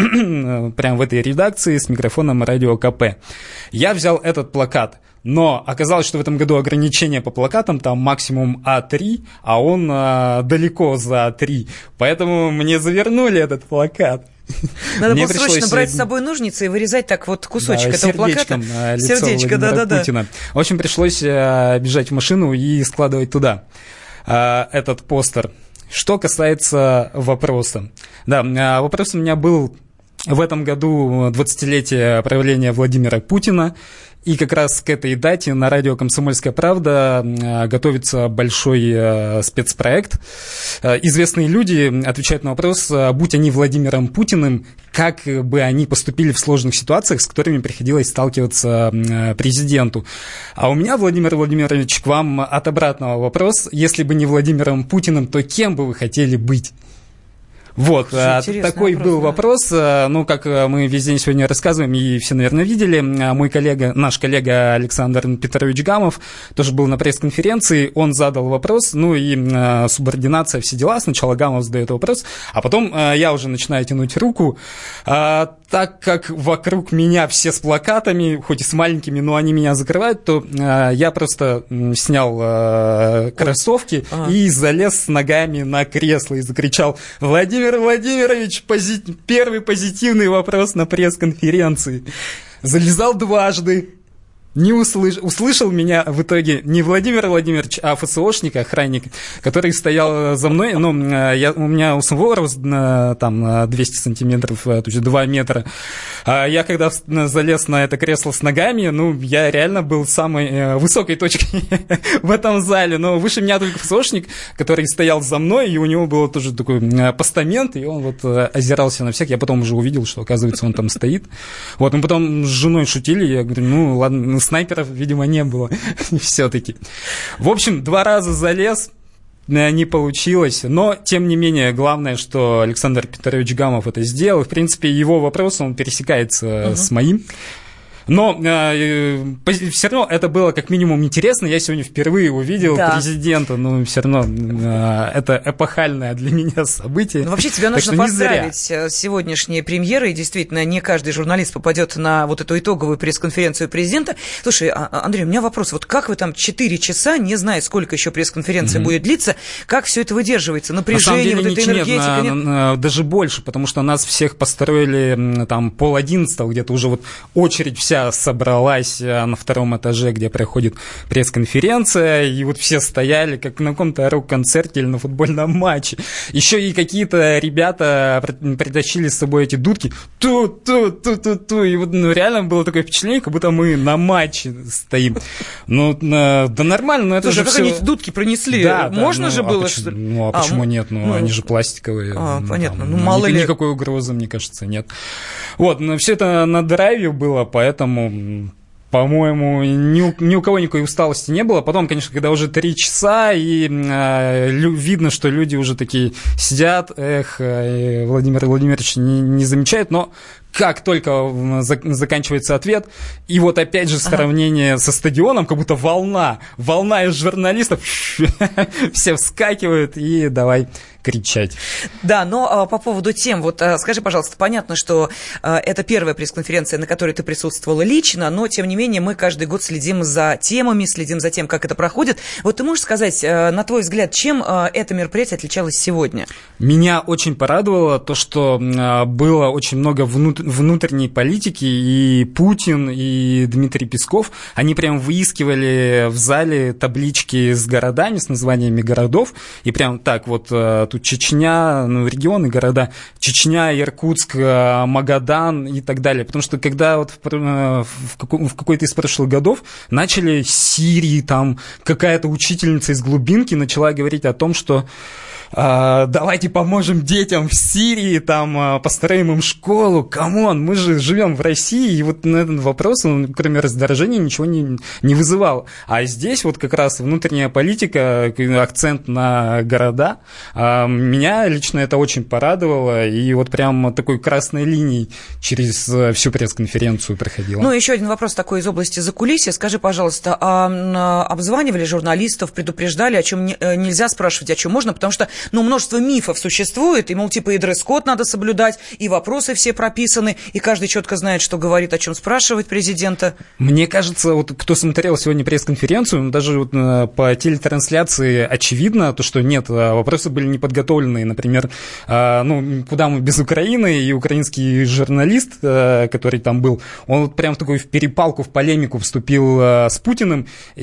прямо в этой редакции с микрофоном радио КП. Я взял этот плакат. Но оказалось, что в этом году ограничение по плакатам, там максимум а три, а он а, далеко за а три. Поэтому мне завернули этот плакат. Надо было срочно брать с собой ножницы и вырезать так вот кусочек да, этого плаката. Сердечко, да-да-да. В общем, пришлось а, бежать в машину и складывать туда а, этот постер. Что касается вопроса. Да, а, вопрос у меня был в этом году двадцатилетие правления Владимира Путина. И как раз к этой дате на радио «Комсомольская правда» готовится большой спецпроект. Известные люди отвечают на вопрос, будь они Владимиром Путиным, как бы они поступили в сложных ситуациях, с которыми приходилось сталкиваться президенту. А у меня, Владимир Владимирович, к вам от обратного вопрос. Если бы не Владимиром Путиным, то кем бы вы хотели быть? Вот, такой вопрос, был да. вопрос, ну, как мы весь день сегодня рассказываем, и все, наверное, видели, мой коллега, наш коллега Александр Петрович Гамов тоже был на пресс-конференции, он задал вопрос, ну, и субординация, все дела, сначала Гамов задает вопрос, а потом я уже начинаю тянуть руку, так как вокруг меня все с плакатами, хоть и с маленькими, но они меня закрывают, то я просто снял кроссовки а. и залез с ногами на кресло и закричал: «Владимир Владимирович, пози... первый позитивный вопрос на пресс-конференции». Залезал дважды. Не услыш... Услышал меня в итоге не Владимир Владимирович, а ФСОшник, охранник, который стоял за мной. Ну, я, у меня у самого рост там двести сантиметров, то есть два метра. А я когда залез на это кресло с ногами, ну, я реально был самой высокой точкой в этом зале. Но выше меня только ФСОшник, который стоял за мной, и у него был тоже такой постамент, и он вот озирался на всех. Я потом уже увидел, что, оказывается, он там стоит. Вот, мы потом с женой шутили, я говорю, ну, ладно, снайперов, видимо, не было все-таки. В общем, два раза залез, не получилось, но, тем не менее, главное, что Александр Петрович Гамов это сделал. В принципе, его вопрос, он пересекается uh-huh. с моим. Но э, все равно это было как минимум интересно. Я сегодня впервые увидел да. президента, но все равно э, это эпохальное для меня событие. Ну, вообще тебя нужно поздравить с сегодняшней премьерой. Действительно, не каждый журналист попадет на вот эту итоговую пресс-конференцию президента. Слушай, Андрей, у меня вопрос. Вот как вы там четыре часа, не зная, сколько еще пресс-конференция mm-hmm. будет длиться, как все это выдерживается? Напряжение, вот эта энергетика? Нет, нет? Даже больше, потому что нас всех построили там пол одиннадцатого, где-то уже вот очередь вся собралась на втором этаже, где проходит пресс-конференция, и вот все стояли, как на каком-то рок-концерте или на футбольном матче. Еще и какие-то ребята притащили с собой эти дудки. Ту-ту-ту-ту-ту. И вот ну, реально было такое впечатление, как будто мы на матче стоим. Ну, да нормально, но это Слушай, же а как все... они эти дудки пронесли? Да, Можно да, же ну, было, а что почему, Ну, а почему а, нет? Ну, ну, они же пластиковые. А, ну, понятно. Там, ну, мало ни, ли... Никакой угрозы, мне кажется, нет. Вот, но все это на драйве было, поэтому... По-моему, ни у, ни у кого никакой усталости не было. Потом, конечно, когда уже три часа, и э, лю, видно, что люди уже такие сидят, эх, э, Владимир Владимирович не, не замечает, но как только заканчивается ответ, и вот опять же сравнение ага. со стадионом, как будто волна, волна из журналистов, все вскакивают и давай кричать. Да, но по поводу тем, вот скажи, пожалуйста, понятно, что это первая пресс-конференция, на которой ты присутствовала лично, но, тем не менее, мы каждый год следим за темами, следим за тем, как это проходит. Вот ты можешь сказать, на твой взгляд, чем это мероприятие отличалось сегодня? Меня очень порадовало то, что было очень много внутренней политики, и Путин, и Дмитрий Песков, они прям выискивали в зале таблички с городами, с названиями городов, и прям так вот тут Чечня, ну, регионы, города, Чечня, Иркутск, Магадан и так далее. Потому что когда вот в, в, в какой-то из прошлых годов начали с Сирии, там какая-то учительница из глубинки начала говорить о том, что Uh, давайте поможем детям в Сирии, там, uh, построим им школу. Камон, мы же живем в России, и вот на этот вопрос, он, кроме раздражения, ничего не, не вызывал. А здесь вот как раз внутренняя политика, акцент на города, uh, меня лично это очень порадовало, и вот прям такой красной линией через всю пресс-конференцию проходила. Ну, еще один вопрос такой из области закулисья. Скажи, пожалуйста, а обзванивали журналистов, предупреждали, о чем нельзя спрашивать, о чем можно, потому что ну, множество мифов существует, и, мол, типа, и дресс-код надо соблюдать, и вопросы все прописаны, и каждый четко знает, что говорит, о чем спрашивать президента. Мне кажется, вот кто смотрел сегодня пресс-конференцию, даже вот по телетрансляции очевидно, то, что нет, вопросы были не подготовленные. Например, ну, куда мы без Украины, и украинский журналист, который там был, он вот прям в такую в перепалку, в полемику вступил с Путиным,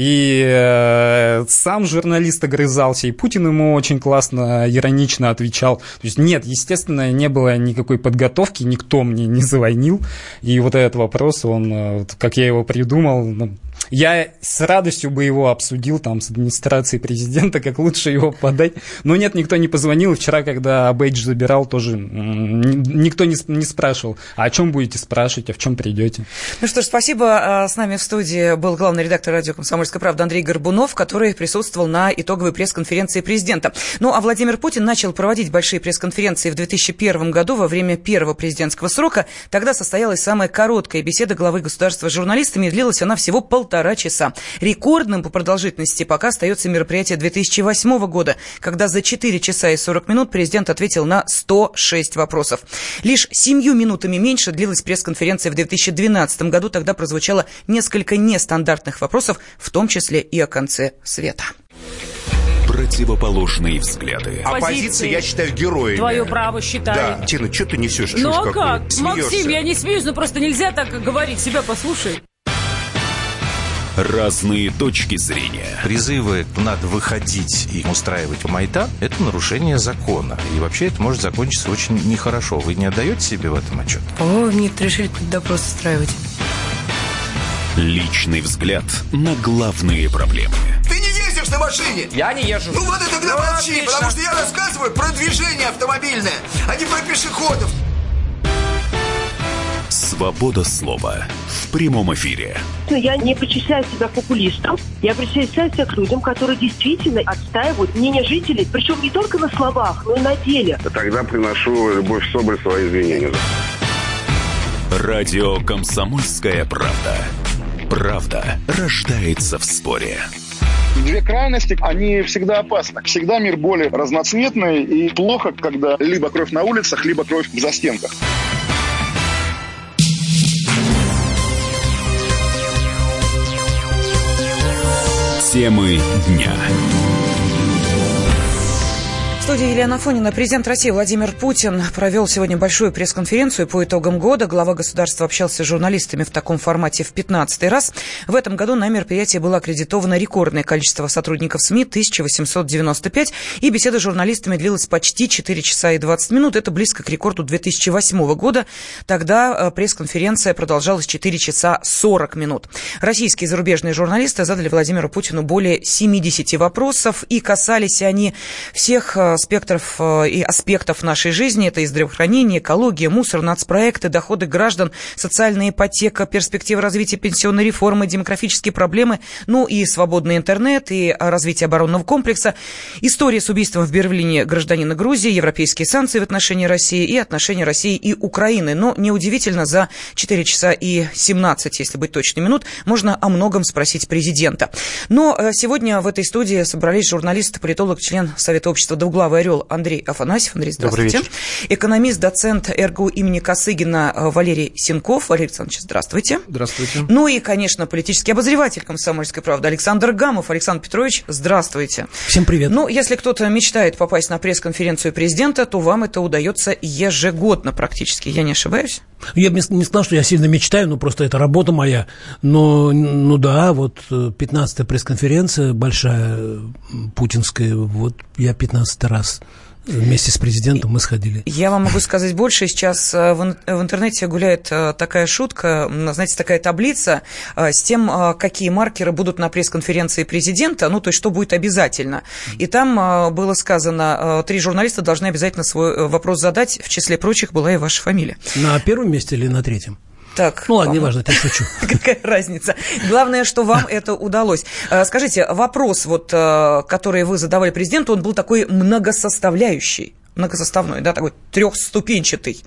и сам журналист огрызался, и Путин ему очень классно иронично отвечал. То есть нет, естественно, не было никакой подготовки, никто мне не завойнил. И вот этот вопрос, он, вот, как я его придумал, я с радостью бы его обсудил там с администрацией президента, как лучше его подать. Но нет, никто не позвонил. И вчера, когда бейдж забирал, тоже никто не, не спрашивал, а о чем будете спрашивать, а в чем придете. Ну что ж, спасибо. С нами в студии был главный редактор радио «Комсомольская правда» Андрей Горбунов, который присутствовал на итоговой пресс-конференции президента. Ну, а Владимир Путин начал проводить большие пресс-конференции в две тысячи первом году во время первого президентского срока. Тогда состоялась самая короткая беседа главы государства с журналистами, и длилась она всего полтора часа. Рекордным по продолжительности пока остается мероприятие две тысячи восьмого года, когда за четыре часа и сорок минут президент ответил на сто шесть вопросов. Лишь семью минутами меньше длилась пресс-конференция в две тысячи двенадцатом году. Тогда прозвучало несколько нестандартных вопросов, в том числе и о конце света. Противоположные взгляды. Оппозиция, я считаю, героями. Твое право считаю. Да. Тина, что ты несешь? Ну а как? Максим, я не смеюсь, но просто нельзя так говорить. Себя послушай. Разные точки зрения. Призывы «надо выходить и устраивать майдан» — это нарушение закона. И вообще это может закончиться очень нехорошо. Вы не отдаете себе в этом отчет? По-моему, некоторые решили какой-то допрос устраивать. Личный взгляд на главные проблемы. Ты не ездишь на машине? Я не езжу. Ну вот и тогда ну, молчи, отлично. Потому что я рассказываю про движение автомобильное, а не про пешеходов. Свобода слова в прямом эфире. Я не причисляю себя к популистам. Я причисляю себя к людям, которые действительно отстаивают мнение жителей. Причем не только на словах, но и на деле. Тогда приношу Любовь Соболь свои извинения. Радио «Комсомольская правда». Правда рождается в споре. Две крайности, они всегда опасны. Всегда мир более разноцветный, и плохо, когда либо кровь на улицах, либо кровь в застенках. Темы дня. В студии Елена Афонина. Президент России Владимир Путин провел сегодня большую пресс-конференцию по итогам года. Глава государства общался с журналистами в таком формате в пятнадцатый раз. В этом году на мероприятии было аккредитовано рекордное количество сотрудников СМИ – тысяча восемьсот девяносто пять, и беседа с журналистами длилась почти четыре часа и двадцать минут. Это близко к рекорду две тысячи восьмого года. Тогда пресс-конференция продолжалась четыре часа сорок минут. Российские и зарубежные журналисты задали Владимиру Путину более семидесяти вопросов, и касались они всех спектров и аспектов нашей жизни. Это и здравоохранение, экология, мусор, нацпроекты, доходы граждан, социальная ипотека, перспективы развития пенсионной реформы, демографические проблемы, ну и свободный интернет, и развитие оборонного комплекса, история с убийством в Берлине гражданина Грузии, европейские санкции в отношении России и отношения России и Украины. Но неудивительно, за четыре часа и семнадцать, если быть точным, минут можно о многом спросить президента. Но сегодня в этой студии собрались журналисты, политолог, член Совета общества «Двуглавый орел» Андрей Афанасьев. Андрей, здравствуйте. Экономист, доцент эр гэ у имени Косыгина Валерий Сенков. Валерий Александрович, здравствуйте. Здравствуйте. Ну и, конечно, политический обозреватель «Комсомольской правды» Александр Гамов. Александр Петрович, здравствуйте. Всем привет. Ну, если кто-то мечтает попасть на пресс-конференцию президента, то вам это удается ежегодно практически. Я не ошибаюсь? Я бы не сказал, что я сильно мечтаю, но просто это работа моя. Но, ну да, вот пятнадцатая пресс-конференция большая, путинская, вот я пятнадцатый раз вместе с президентом мы сходили. Я вам могу сказать больше. Сейчас в интернете гуляет такая шутка, знаете, такая таблица с тем, какие маркеры будут на пресс-конференции президента, ну, то есть, что будет обязательно. И там было сказано, три журналиста должны обязательно свой вопрос задать, в числе прочих была и ваша фамилия. На первом месте или на третьем? Так, ну ладно, неважно, я шучу. Какая разница? Главное, что вам это удалось. Скажите, вопрос, вот, который вы задавали президенту, он был такой многосоставляющий. Многосоставной, да, такой трехступенчатый.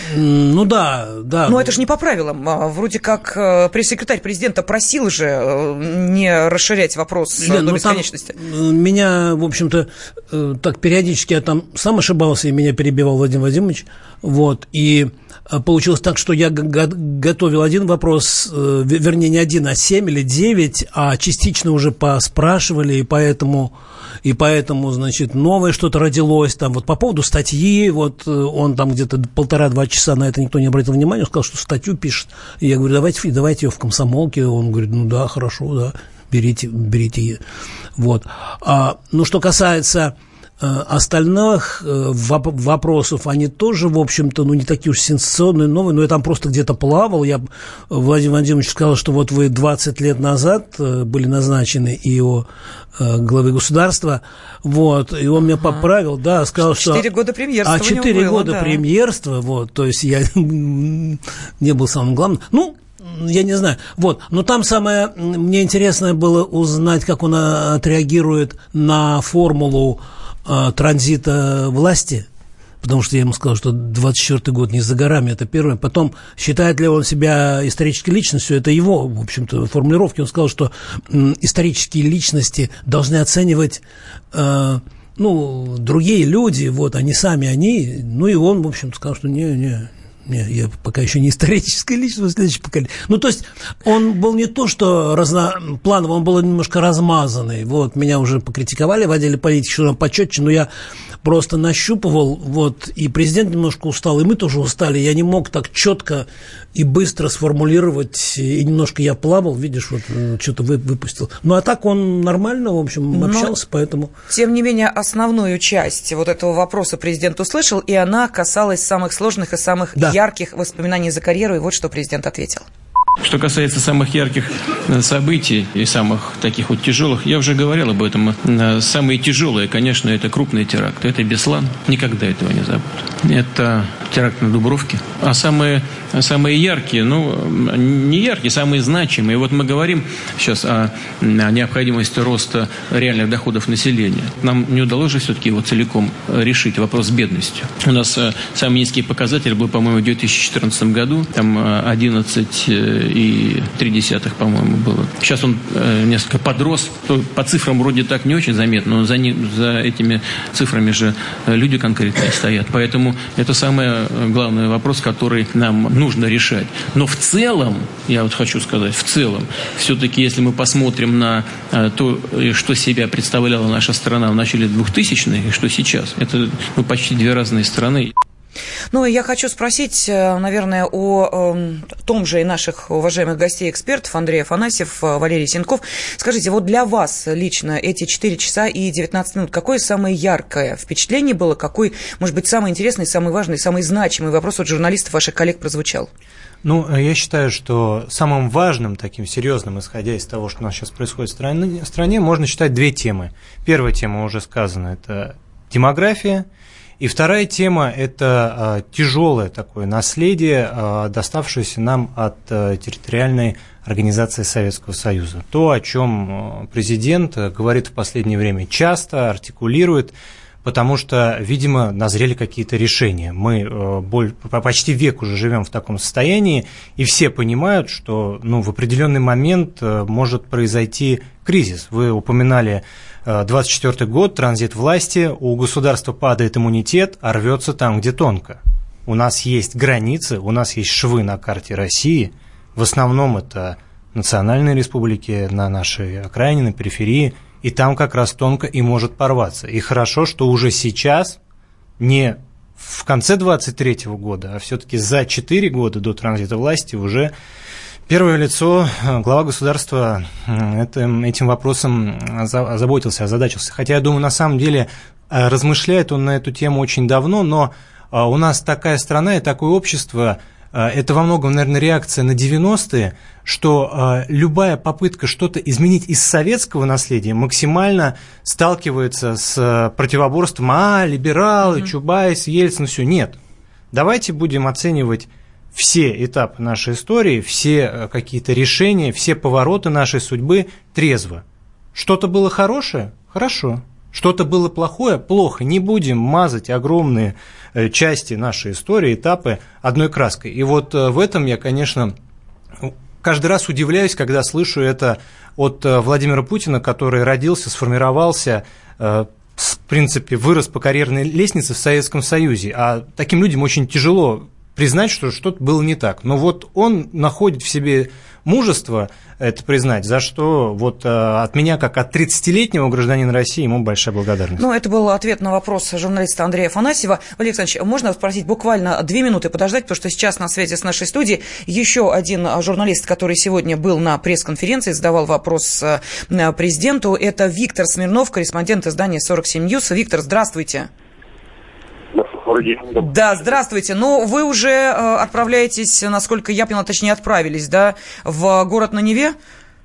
Ну да, да. Но это же не по правилам. Вроде как пресс-секретарь президента просил же не расширять вопрос Лен, до бесконечности. Там меня, в общем-то, так периодически я там сам ошибался, и меня перебивал Владимир Владимирович. Вот, и получилось так, что я готовил один вопрос, вернее, не один, а семь или девять, а частично уже поспрашивали, и поэтому... И поэтому, значит, новое что-то родилось там. Вот по поводу статьи, вот он там где-то полтора-два часа на это никто не обратил внимания, он сказал, что статью пишет. И я говорю, давайте, давайте ее в «Комсомолке». Он говорит, ну да, хорошо, да, берите, берите ее. Вот. А, ну, что касается остальных вопросов, они тоже, в общем-то, ну, не такие уж сенсационные, новые, но я там просто где-то плавал. Я Владимир Владимирович сказал, что вот вы двадцать лет назад были назначены и о главы государства, вот, и он меня поправил, да, сказал, что... Четыре года премьерства. А четыре года да. премьерства, вот, то есть я не был самым главным. Ну, я не знаю, вот, но там самое, мне интересно было узнать, как он отреагирует на формулу транзита власти, потому что я ему сказал, что двадцать четвёртый год не за горами, это первое. Потом, считает ли он себя исторической личностью, это его, в общем-то, формулировки. Он сказал, что исторические личности должны оценивать, э, ну, другие люди, вот, они сами, они, ну, и он, в общем-то, сказал, что не, не, не, я пока еще не историческая личность, следующее поколение. Ну, то есть, он был не то, что разноплановый, он был немножко размазанный. Вот, меня уже покритиковали в отделе политики, что там почетче, но я просто нащупывал, вот, и президент немножко устал, и мы тоже устали. Я не мог так четко и быстро сформулировать, и немножко я плавал, видишь, вот, что-то выпустил. Ну, а так он нормально, в общем, общался, но, поэтому... Тем не менее, основную часть вот этого вопроса президент услышал, и она касалась самых сложных и самых да. ярких воспоминаний за карьеру, и вот что президент ответил. Что касается самых ярких событий и самых таких вот тяжелых, я уже говорил об этом. Самые тяжелые, конечно, это крупные теракты. Это Беслан. Никогда этого не забуду. Это теракт на Дубровке. А самые, самые яркие, ну, не яркие, самые значимые. Вот мы говорим сейчас о, о необходимости роста реальных доходов населения. Нам не удалось же все-таки его целиком решить, вопрос с бедностью. У нас самый низкий показатель был, по-моему, в две тысячи четырнадцатом году. Там одиннадцать и три десятых, по-моему, было. Сейчас он э, несколько подрос. По цифрам вроде так не очень заметно, но за, не, за этими цифрами же люди конкретные стоят. Поэтому это самый главный вопрос, который нам нужно решать. Но в целом, я вот хочу сказать, в целом, все-таки, если мы посмотрим на э, то, что себя представляла наша страна в начале двухтысячных и что сейчас, это ну, почти две разные страны. Ну, и я хочу спросить, наверное, о э, том же и наших уважаемых гостей-экспертов, Андрей Афанасьев, Валерий Сенков. Скажите, вот для вас лично эти четыре часа и девятнадцать минут, какое самое яркое впечатление было, какой, может быть, самый интересный, самый важный, самый значимый вопрос от журналистов, ваших коллег прозвучал? Ну, я считаю, что самым важным, таким серьезным, исходя из того, что у нас сейчас происходит в стране, в стране, можно считать две темы. Первая тема уже сказана, это демография. И вторая тема – это тяжелое такое наследие, доставшееся нам от территориальной организации Советского Союза. То, о чем президент говорит в последнее время часто, артикулирует, потому что, видимо, назрели какие-то решения. Мы почти век уже живем в таком состоянии, и все понимают, что ну, в определенный момент может произойти кризис. Вы упоминали двадцать четвёртый год, транзит власти, у государства падает иммунитет, а рвется там, где тонко. У нас есть границы, у нас есть швы на карте России, в основном это национальные республики на нашей окраине, на периферии, и там как раз тонко и может порваться. И хорошо, что уже сейчас, не в конце двадцать третьего года, а все-таки за четыре года до транзита власти уже первое лицо, глава государства, этим, этим вопросом озаботился, озадачился. Хотя, я думаю, на самом деле размышляет он на эту тему очень давно, но у нас такая страна и такое общество, это во многом, наверное, реакция на девяностые, что любая попытка что-то изменить из советского наследия максимально сталкивается с противоборством «а, либералы, mm-hmm. Чубайс, Ельцин, все». Нет. Давайте будем оценивать все этапы нашей истории, все какие-то решения, все повороты нашей судьбы трезво. Что-то было хорошее? Хорошо. Что-то было плохое? Плохо. Не будем мазать огромные части нашей истории, этапы одной краской. И вот в этом я, конечно, каждый раз удивляюсь, когда слышу это от Владимира Путина, который родился, сформировался, в принципе, вырос по карьерной лестнице в Советском Союзе. А таким людям очень тяжело признать, что что-то было не так. Но вот он находит в себе мужество это признать, за что вот от меня, как от тридцатилетнего гражданина России, ему большая благодарность. Ну, это был ответ на вопрос журналиста Андрея Афанасьева. Валерий Александрович, можно спросить буквально две минуты подождать, потому что сейчас на связи с нашей студией еще один журналист, который сегодня был на пресс-конференции, задавал вопрос президенту. Это Виктор Смирнов, корреспондент издания сорок семь Ньюс. Виктор, здравствуйте. Да, здравствуйте. Ну, вы уже э, отправляетесь, насколько я поняла, точнее, отправились, да, в город на Неве?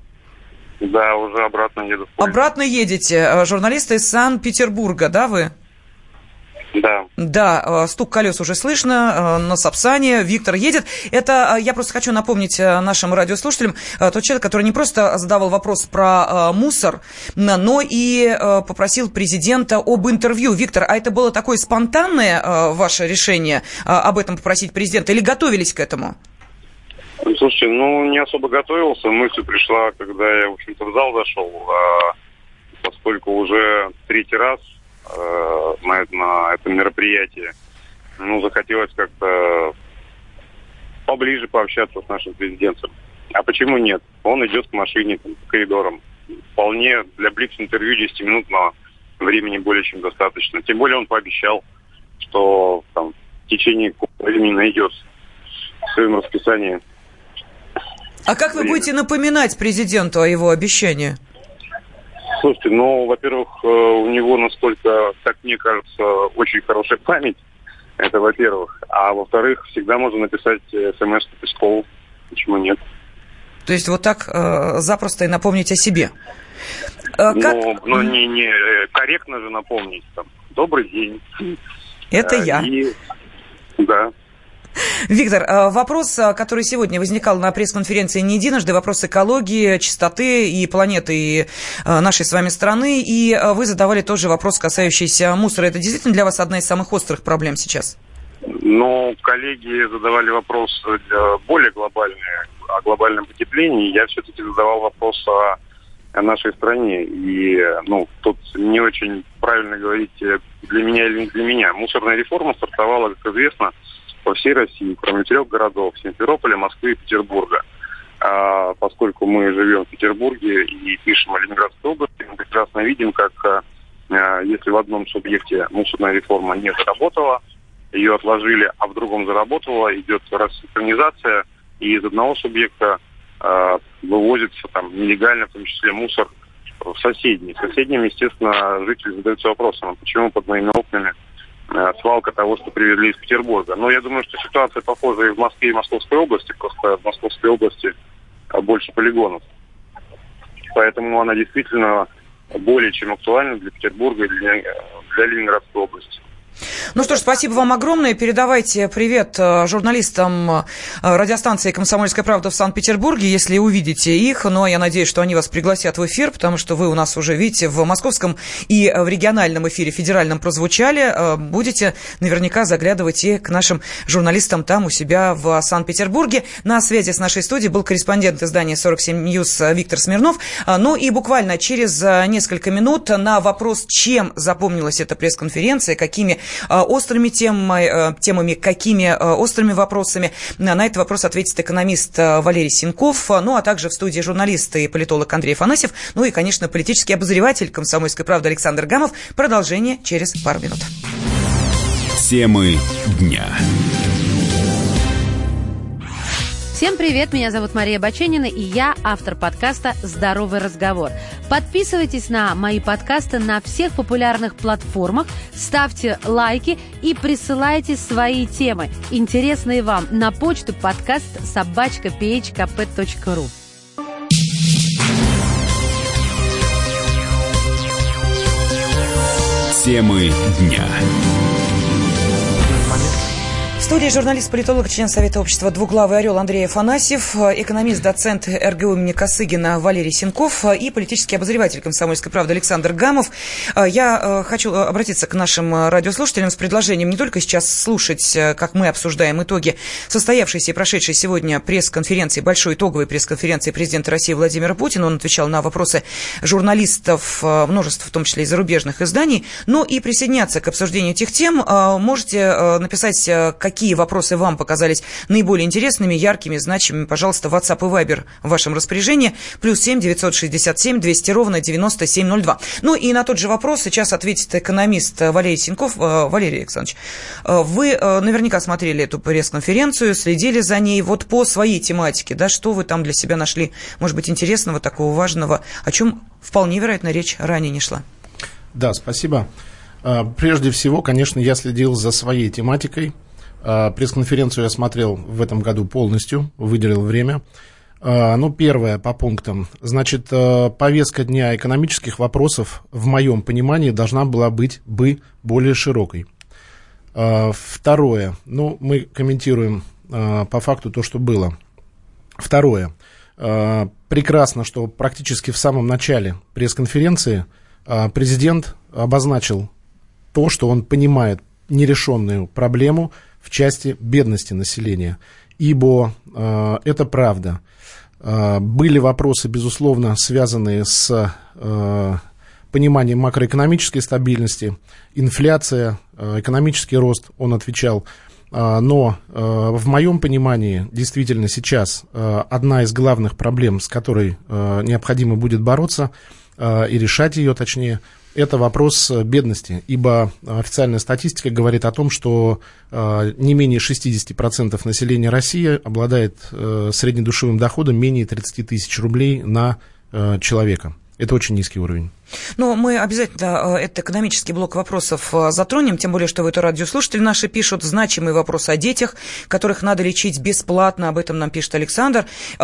Да, уже обратно еду. Обратно едете. Журналисты из Санкт-Петербурга, да, вы? Да. Да, стук колес уже слышно на Сапсане. Виктор едет. Это, я просто хочу напомнить нашим радиослушателям, тот человек, который не просто задавал вопрос про мусор, но и попросил президента об интервью. Виктор, а это было такое спонтанное ваше решение об этом попросить президента или готовились к этому? Слушайте, ну, не особо готовился. Мысль пришла, когда я, в общем-то, в зал зашел, поскольку уже третий раз На, на этом мероприятии. Ну, захотелось как-то поближе пообщаться с нашим президентом. А почему нет? Он идет к машине, там, по коридорам. Вполне для блиц-интервью десятиминутного времени более чем достаточно. Тем более он пообещал, что там, в течение времени найдет в своем расписании. А как вы будете напоминать президенту о его обещании? Слушайте, ну, во-первых, у него, насколько, как мне кажется, очень хорошая память, это во-первых. А во-вторых, всегда можно написать смс Пескову, почему нет. То есть вот так э, запросто и напомнить о себе. Э, как... Ну, ну не, не корректно же напомнить, там, добрый день. Это э, я. И... Да. Виктор, вопрос, который сегодня возникал на пресс-конференции не единожды, вопрос экологии, чистоты и планеты, и нашей с вами страны, и вы задавали тоже вопрос, касающийся мусора. Это действительно для вас одна из самых острых проблем сейчас? Ну, коллеги задавали вопрос более глобальный, о глобальном потеплении. Я все-таки задавал вопрос о, о нашей стране. И, ну, тут не очень правильно говорить для меня или не для меня. Мусорная реформа стартовала, как известно, по всей России, кроме трех городов: Симферополя, Москвы и Петербурга. А, поскольку мы живем в Петербурге и пишем о Ленинградской области, мы прекрасно видим, как а, если в одном субъекте мусорная реформа не заработала, ее отложили, а в другом заработала, идет рассинхронизация, и из одного субъекта а, вывозится там нелегально, в том числе мусор, в соседний. В соседнем, естественно, жители задаются вопросом, а почему под моими окнами свалка того, что привезли из Петербурга. Но я думаю, что ситуация похожа и в Москве, и в Московской области, просто в Московской области больше полигонов. Поэтому она действительно более чем актуальны для Петербурга и для, для Ленинградской области. Ну что ж, спасибо вам огромное. Передавайте привет журналистам радиостанции «Комсомольская правда» в Санкт-Петербурге, если увидите их. Ну, а я надеюсь, что они вас пригласят в эфир, потому что вы у нас уже, видите, в московском и в региональном эфире федеральном прозвучали. Будете наверняка заглядывать и к нашим журналистам там у себя в Санкт-Петербурге. На связи с нашей студией был корреспондент издания сорок семь ньюс Виктор Смирнов. Ну и буквально через несколько минут на вопрос, чем запомнилась эта пресс-конференция, какими острыми темами, темами, какими острыми вопросами. На этот вопрос ответит экономист Валерий Синьков, ну а также в студии журналист и политолог Андрей Афанасьев, ну и, конечно, политический обозреватель «Комсомольской правды» Александр Гамов. Продолжение через пару минут. Темы дня. Всем привет, меня зовут Мария Баченина, и я автор подкаста «Здоровый разговор». Подписывайтесь на мои подкасты на всех популярных платформах, ставьте лайки и присылайте свои темы, интересные вам, на почту подкаст собачка пи эйч ка пэ точка ру. Темы дня. В студии журналист-политолог, член Совета общества «Двуглавый орел» Андрей Афанасьев, экономист, доцент эр гэ у имени Косыгина Валерий Синьков и политический обозреватель «Комсомольской правды» Александр Гамов. Я хочу обратиться к нашим радиослушателям с предложением не только сейчас слушать, как мы обсуждаем итоги состоявшейся и прошедшей сегодня пресс-конференции, большой итоговой пресс-конференции президента России Владимира Путина. Он отвечал на вопросы журналистов, множество, в том числе и зарубежных изданий, но и присоединяться к обсуждению этих тем. Можете написать, какие Какие вопросы вам показались наиболее интересными, яркими, значимыми, пожалуйста, WhatsApp и Viber в вашем распоряжении. Плюс семь девятьсот шестьдесят семь двести ровно девяносто семь ноль два. Ну и на тот же вопрос сейчас ответит экономист Валерий Синьков. Валерий Александрович, вы наверняка смотрели эту пресс-конференцию, следили за ней. Вот по своей тематике, да, что вы там для себя нашли, может быть, интересного, такого важного, о чем вполне вероятно речь ранее не шла? Да, спасибо. Прежде всего, конечно, я следил за своей тематикой. Пресс-конференцию я смотрел в этом году полностью, выделил время. Ну, первое, по пунктам. Значит, повестка дня экономических вопросов, в моем понимании, должна была быть бы более широкой. Второе, ну, мы комментируем по факту то, что было. Второе, прекрасно, что практически в самом начале пресс-конференции президент обозначил то, что он понимает нерешенную проблему в части бедности населения, ибо э, это правда. Э, были вопросы, безусловно, связанные с э, пониманием макроэкономической стабильности, инфляция, э, экономический рост, он отвечал. Э, но э, в моем понимании, действительно, сейчас э, одна из главных проблем, с которой э, необходимо будет бороться э, и решать ее, точнее, это вопрос бедности, ибо официальная статистика говорит о том, что э, не менее шестьдесят процентов населения России обладает э, среднедушевым доходом менее тридцать тысяч рублей на э, человека. Это очень низкий уровень. Но мы обязательно этот экономический блок вопросов затронем, тем более, что в это радиослушатели наши пишут значимый вопрос о детях, которых надо лечить бесплатно, об этом нам пишет Александр.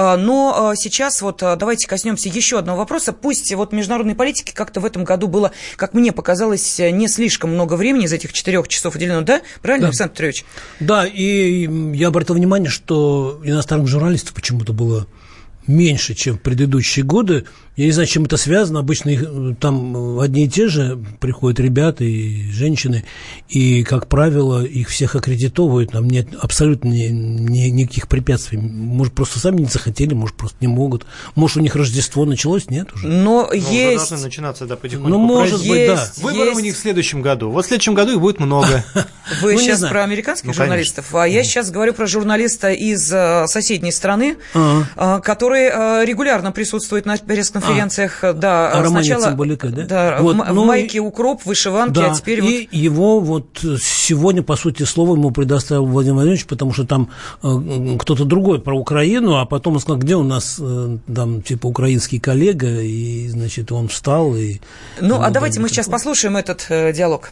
Но сейчас вот давайте коснемся еще одного вопроса. Пусть вот международной политики как-то в этом году было, как мне показалось, не слишком много времени из этих четырех часов уделено, да? Правильно, да. Александр Петрович? Да, и я обратил внимание, что иностранных журналистов почему-то было меньше, чем в предыдущие годы. Я не знаю, с чем это связано. Обычно их, там одни и те же приходят ребята и женщины, и, как правило, их всех аккредитовывают. Там нет абсолютно ни, ни, никаких препятствий. Может, просто сами не захотели, может, просто не могут. Может, у них Рождество началось? Нет уже? Но ну, есть... должны начинаться, да, потихоньку. Ну, может быть, есть, да. Выборы есть... у них в следующем году. Вот в следующем году их будет много. Вы сейчас про американских журналистов, а я сейчас говорю про журналиста из соседней страны, который регулярно присутствует на пресс-конференциях. конференциях, а, да, а сначала Цымбалюка, да? Да, вот, в, ну, в майке укроп, вышиванке, да, а теперь и вот... его вот сегодня, по сути, слово ему предоставил Владимир Владимирович, потому что там э, кто-то другой про Украину, а потом он сказал, где у нас э, там, типа, украинский коллега, и, значит, он встал и... Ну, а давайте мы сейчас послушаем этот э, диалог.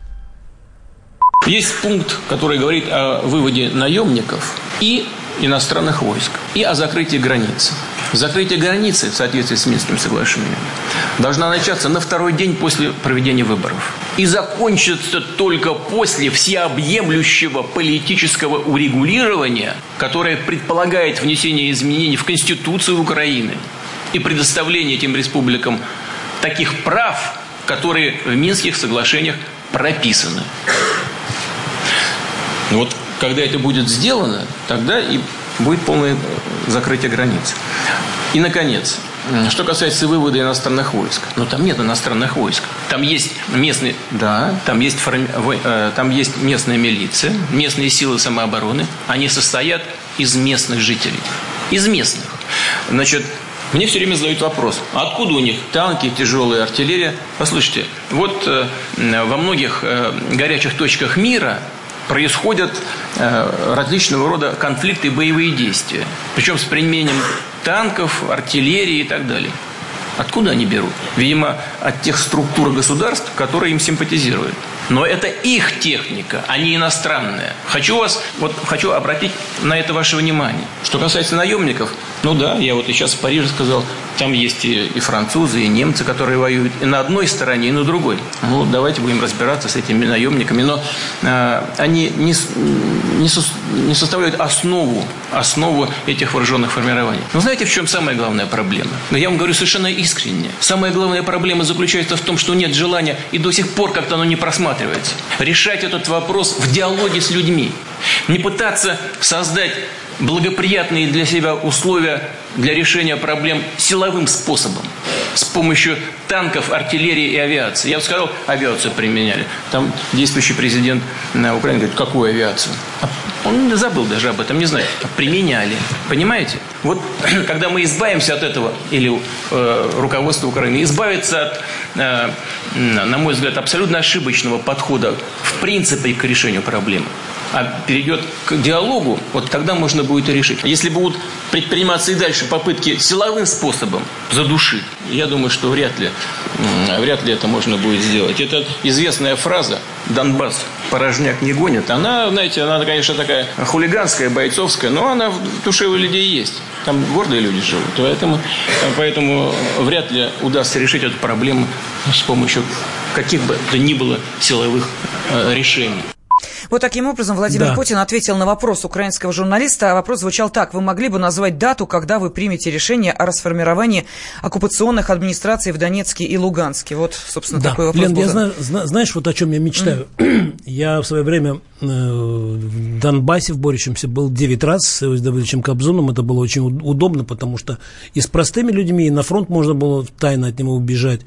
Есть пункт, который говорит о выводе наемников и иностранных войск, и о закрытии границы. Закрытие границы в соответствии с Минским соглашением должна начаться на второй день после проведения выборов и закончиться только после всеобъемлющего политического урегулирования, которое предполагает внесение изменений в Конституцию Украины и предоставление этим республикам таких прав, которые в Минских соглашениях прописаны. Вот когда это будет сделано, тогда и будет полное закрытие границ. И, наконец, что касается вывода иностранных войск. Ну, там нет иностранных войск. Там есть местные, да, там есть, форми, там есть местная милиция, местные силы самообороны. Они состоят из местных жителей. Из местных. Значит, мне все время задают вопрос, откуда у них танки, тяжелая артиллерия? Послушайте, вот э, во многих э, горячих точках мира происходят э, различного рода конфликты и боевые действия. Причем с применением танков, артиллерии и так далее. Откуда они берут? Видимо, от тех структур государств, которые им симпатизируют. Но это их техника, а не иностранная. Хочу вас, вот хочу обратить на это ваше внимание. Что касается наемников, ну да, я вот и сейчас в Париже сказал, там есть и, и французы, и немцы, которые воюют и на одной стороне, и на другой. Ну, давайте будем разбираться с этими наемниками. Но э, они не, не, со, не составляют основу, основу этих вооруженных формирований. Но знаете, в чем самая главная проблема? Я вам говорю совершенно искренне. Самая главная проблема заключается в том, что нет желания, и до сих пор как-то оно не просматривается. Решать этот вопрос в диалоге с людьми. Не пытаться создать благоприятные для себя условия для решения проблем силовым способом. С помощью танков, артиллерии и авиации. Я бы сказал, авиацию применяли. Там действующий президент Украины говорит, какую авиацию? Он забыл даже об этом, не знает. Применяли. Понимаете? Вот когда мы избавимся от этого, или э, руководство Украины избавится от, э, на мой взгляд, абсолютно ошибочного подхода в принципе к решению проблемы, а перейдет к диалогу, вот тогда можно будет и решить. Если будут предприниматься и дальше попытки силовым способом задушить, я думаю, что вряд ли, вряд ли это можно будет сделать. Это известная фраза «Донбасс порожняк не гонит». Она, знаете, она, конечно, такая хулиганская, бойцовская, но она в душе у людей есть. Там гордые люди живут. Поэтому, поэтому вряд ли удастся решить эту проблему с помощью каких бы то ни было силовых решений. Вот таким образом Владимир Да. Путин ответил на вопрос украинского журналиста. Вопрос звучал так. Вы могли бы назвать дату, когда вы примете решение о расформировании оккупационных администраций в Донецке и Луганске? Вот, собственно, Да. такой вопрос Лен, был. я знаю, зна- знаешь, вот о чем я мечтаю? Mm. Я в свое время э, в Донбассе, в борющемся, был девять раз с Иосифом Давыдовичем Кобзоном. Это было очень у- удобно, потому что и с простыми людьми, и на фронт можно было тайно от него убежать,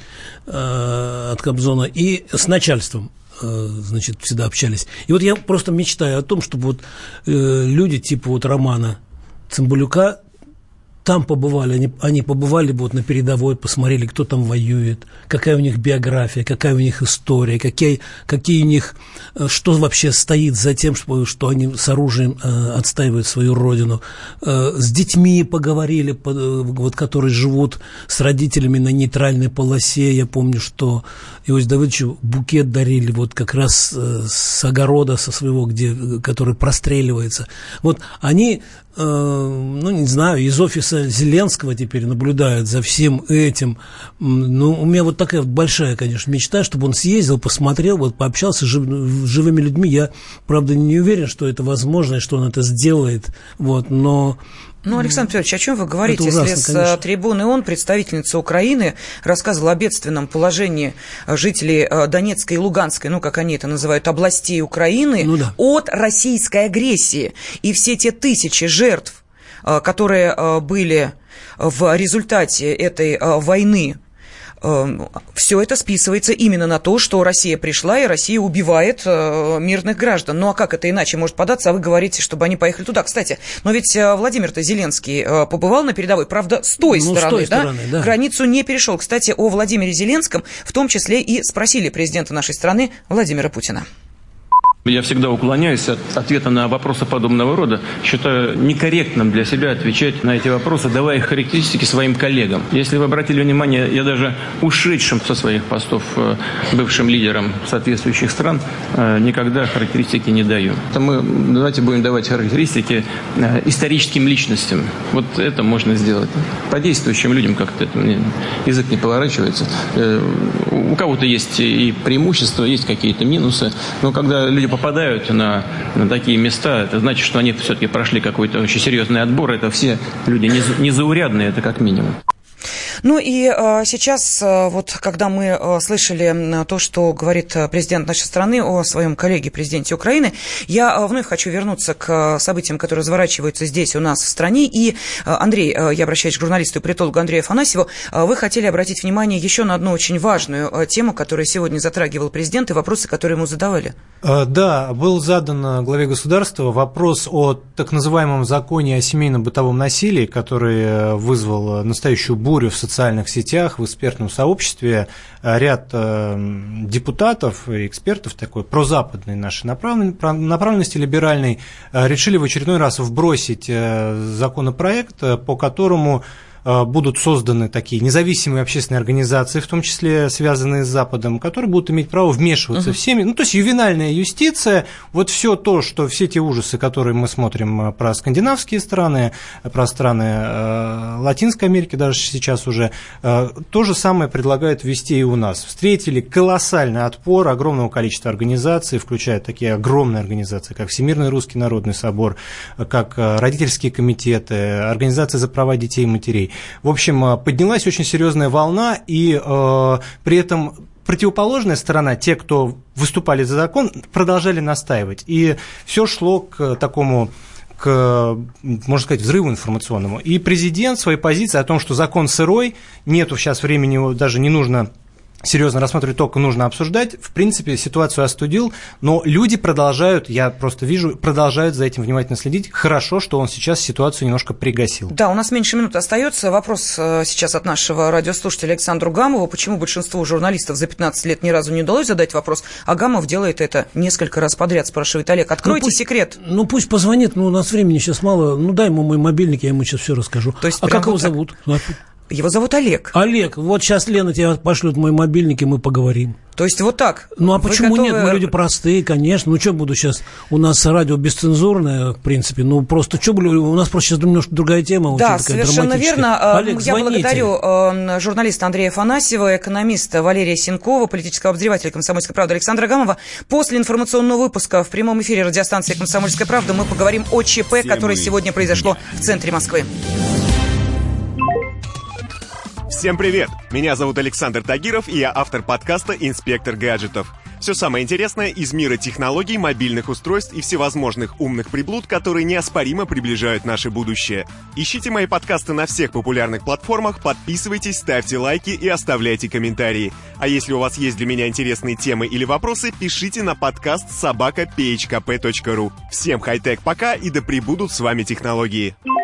э, от Кобзона, и с начальством. Значит, всегда общались. И вот я просто мечтаю о том, чтобы вот э, люди типа вот Романа Цымбалюка там побывали, они, они побывали бы вот на передовой, посмотрели, кто там воюет, какая у них биография, какая у них история, какие, какие у них, что вообще стоит за тем, что, что они с оружием э, отстаивают свою родину. Э, с детьми поговорили, по, вот, которые живут с родителями на нейтральной полосе. Я помню, что Иосифу Давыдовичу букет дарили вот как раз э, с огорода, со своего, где, который простреливается. Вот они, э, ну, не знаю, из офиса Зеленского теперь наблюдают за всем этим. Ну, у меня вот такая вот большая, конечно, мечта, чтобы он съездил, посмотрел, вот пообщался с жив, живыми людьми. Я, правда, не уверен, что это возможно, и что он это сделает, вот, но... Ну, Александр Петрович, о чем вы говорите, ужасно, если с конечно. трибуны ООН представительница Украины рассказывала о бедственном положении жителей Донецкой и Луганской, ну, как они это называют, областей Украины, ну, да. от российской агрессии. И все те тысячи жертв, которые были в результате этой войны, все это списывается именно на то, что Россия пришла, и Россия убивает мирных граждан. Ну, а как это иначе может податься? А вы говорите, чтобы они поехали туда. Кстати, но ведь Владимир-то Зеленский побывал на передовой, правда, с той ну, стороны, с той да? стороны да? Границу не перешел. Кстати, о Владимире Зеленском в том числе и спросили президента нашей страны Владимира Путина. Я всегда уклоняюсь от ответа на вопросы подобного рода. Считаю некорректным для себя отвечать на эти вопросы, давая их характеристики своим коллегам. Если вы обратили внимание, я даже ушедшим со своих постов бывшим лидерам соответствующих стран никогда характеристики не даю. Мы давайте будем давать характеристики историческим личностям. Вот это можно сделать. По действующим людям как-то это мне язык не поворачивается. У кого-то есть и преимущества, есть какие-то минусы, но когда люди попадают на, на такие места, это значит, что они все-таки прошли какой-то очень серьезный отбор. Это все люди незаурядные, это как минимум. Ну и э, сейчас, э, вот когда мы э, слышали то, что говорит президент нашей страны о своем коллеге, президенте Украины, я э, вновь хочу вернуться к событиям, которые разворачиваются здесь у нас в стране. И, э, Андрей, э, я обращаюсь к журналисту и политологу Андрею Афанасьеву, э, вы хотели обратить внимание еще на одну очень важную э, тему, которую сегодня затрагивал президент, и вопросы, которые ему задавали. Да, был задан главе государства вопрос о так называемом законе о семейно-бытовом насилии, который вызвал настоящую бурю в социальных сетях, в экспертном сообществе. Ряд депутатов и экспертов такой прозападной нашей направленности, либеральной, решили в очередной раз вбросить законопроект, по которому будут созданы такие независимые общественные организации, в том числе связанные с Западом, которые будут иметь право вмешиваться uh-huh. в семьи. Ну, то есть ювенальная юстиция, вот все то, что все те ужасы, которые мы смотрим про скандинавские страны, про страны э, Латинской Америки даже сейчас уже, э, то же самое предлагают ввести и у нас. Встретили колоссальный отпор огромного количества организаций, включая такие огромные организации, как Всемирный Русский Народный Собор, как родительские комитеты, организации за права детей и матерей. В общем, поднялась очень серьезная волна, и э, при этом противоположная сторона, те, кто выступали за закон, продолжали настаивать. И все шло к такому, к, можно сказать, взрыву информационному. И президент своей позиции о том, что закон сырой, нету сейчас времени, его даже не нужно серьезно рассматривать, только нужно обсуждать. В принципе, ситуацию остудил, но люди продолжают, я просто вижу, продолжают за этим внимательно следить. Хорошо, что он сейчас ситуацию немножко пригасил. Да, у нас меньше минуты остается. Вопрос сейчас от нашего радиослушателя Александру Гамову. Почему большинству журналистов за пятнадцать лет ни разу не удалось задать вопрос, а Гамов делает это несколько раз подряд, спрашивает Олег. Откройте ну, пусть, секрет. Ну, пусть позвонит, но у нас времени сейчас мало. Ну, дай ему мой мобильник, я ему сейчас все расскажу. То есть, а как его так... зовут? Его зовут Олег. Олег, вот сейчас Лена тебе пошлет мой мобильник, и мы поговорим. То есть вот так? Ну, а почему готовы... нет? Мы люди простые, конечно. Ну, что буду сейчас? У нас радио бесцензурное, в принципе. Ну, просто, что были? У нас просто сейчас немножко другая тема. Да, совершенно верно. Олег, я благодарю журналиста Андрея Афанасьева, экономиста Валерия Сенкова, политического обозревателя «Комсомольской правды» Александра Гамова. После информационного выпуска в прямом эфире радиостанции «Комсомольская правда» мы поговорим о ЧП, Все которое сегодня произошло в центре Москвы. Всем привет! Меня зовут Александр Тагиров, и я автор подкаста «Инспектор гаджетов». Все самое интересное из мира технологий, мобильных устройств и всевозможных умных приблуд, которые неоспоримо приближают наше будущее. Ищите мои подкасты на всех популярных платформах, подписывайтесь, ставьте лайки и оставляйте комментарии. А если у вас есть для меня интересные темы или вопросы, пишите на подкаст собака пи эйч кей пи точка ру. Всем хай-тек пока, и да пребудут с вами технологии!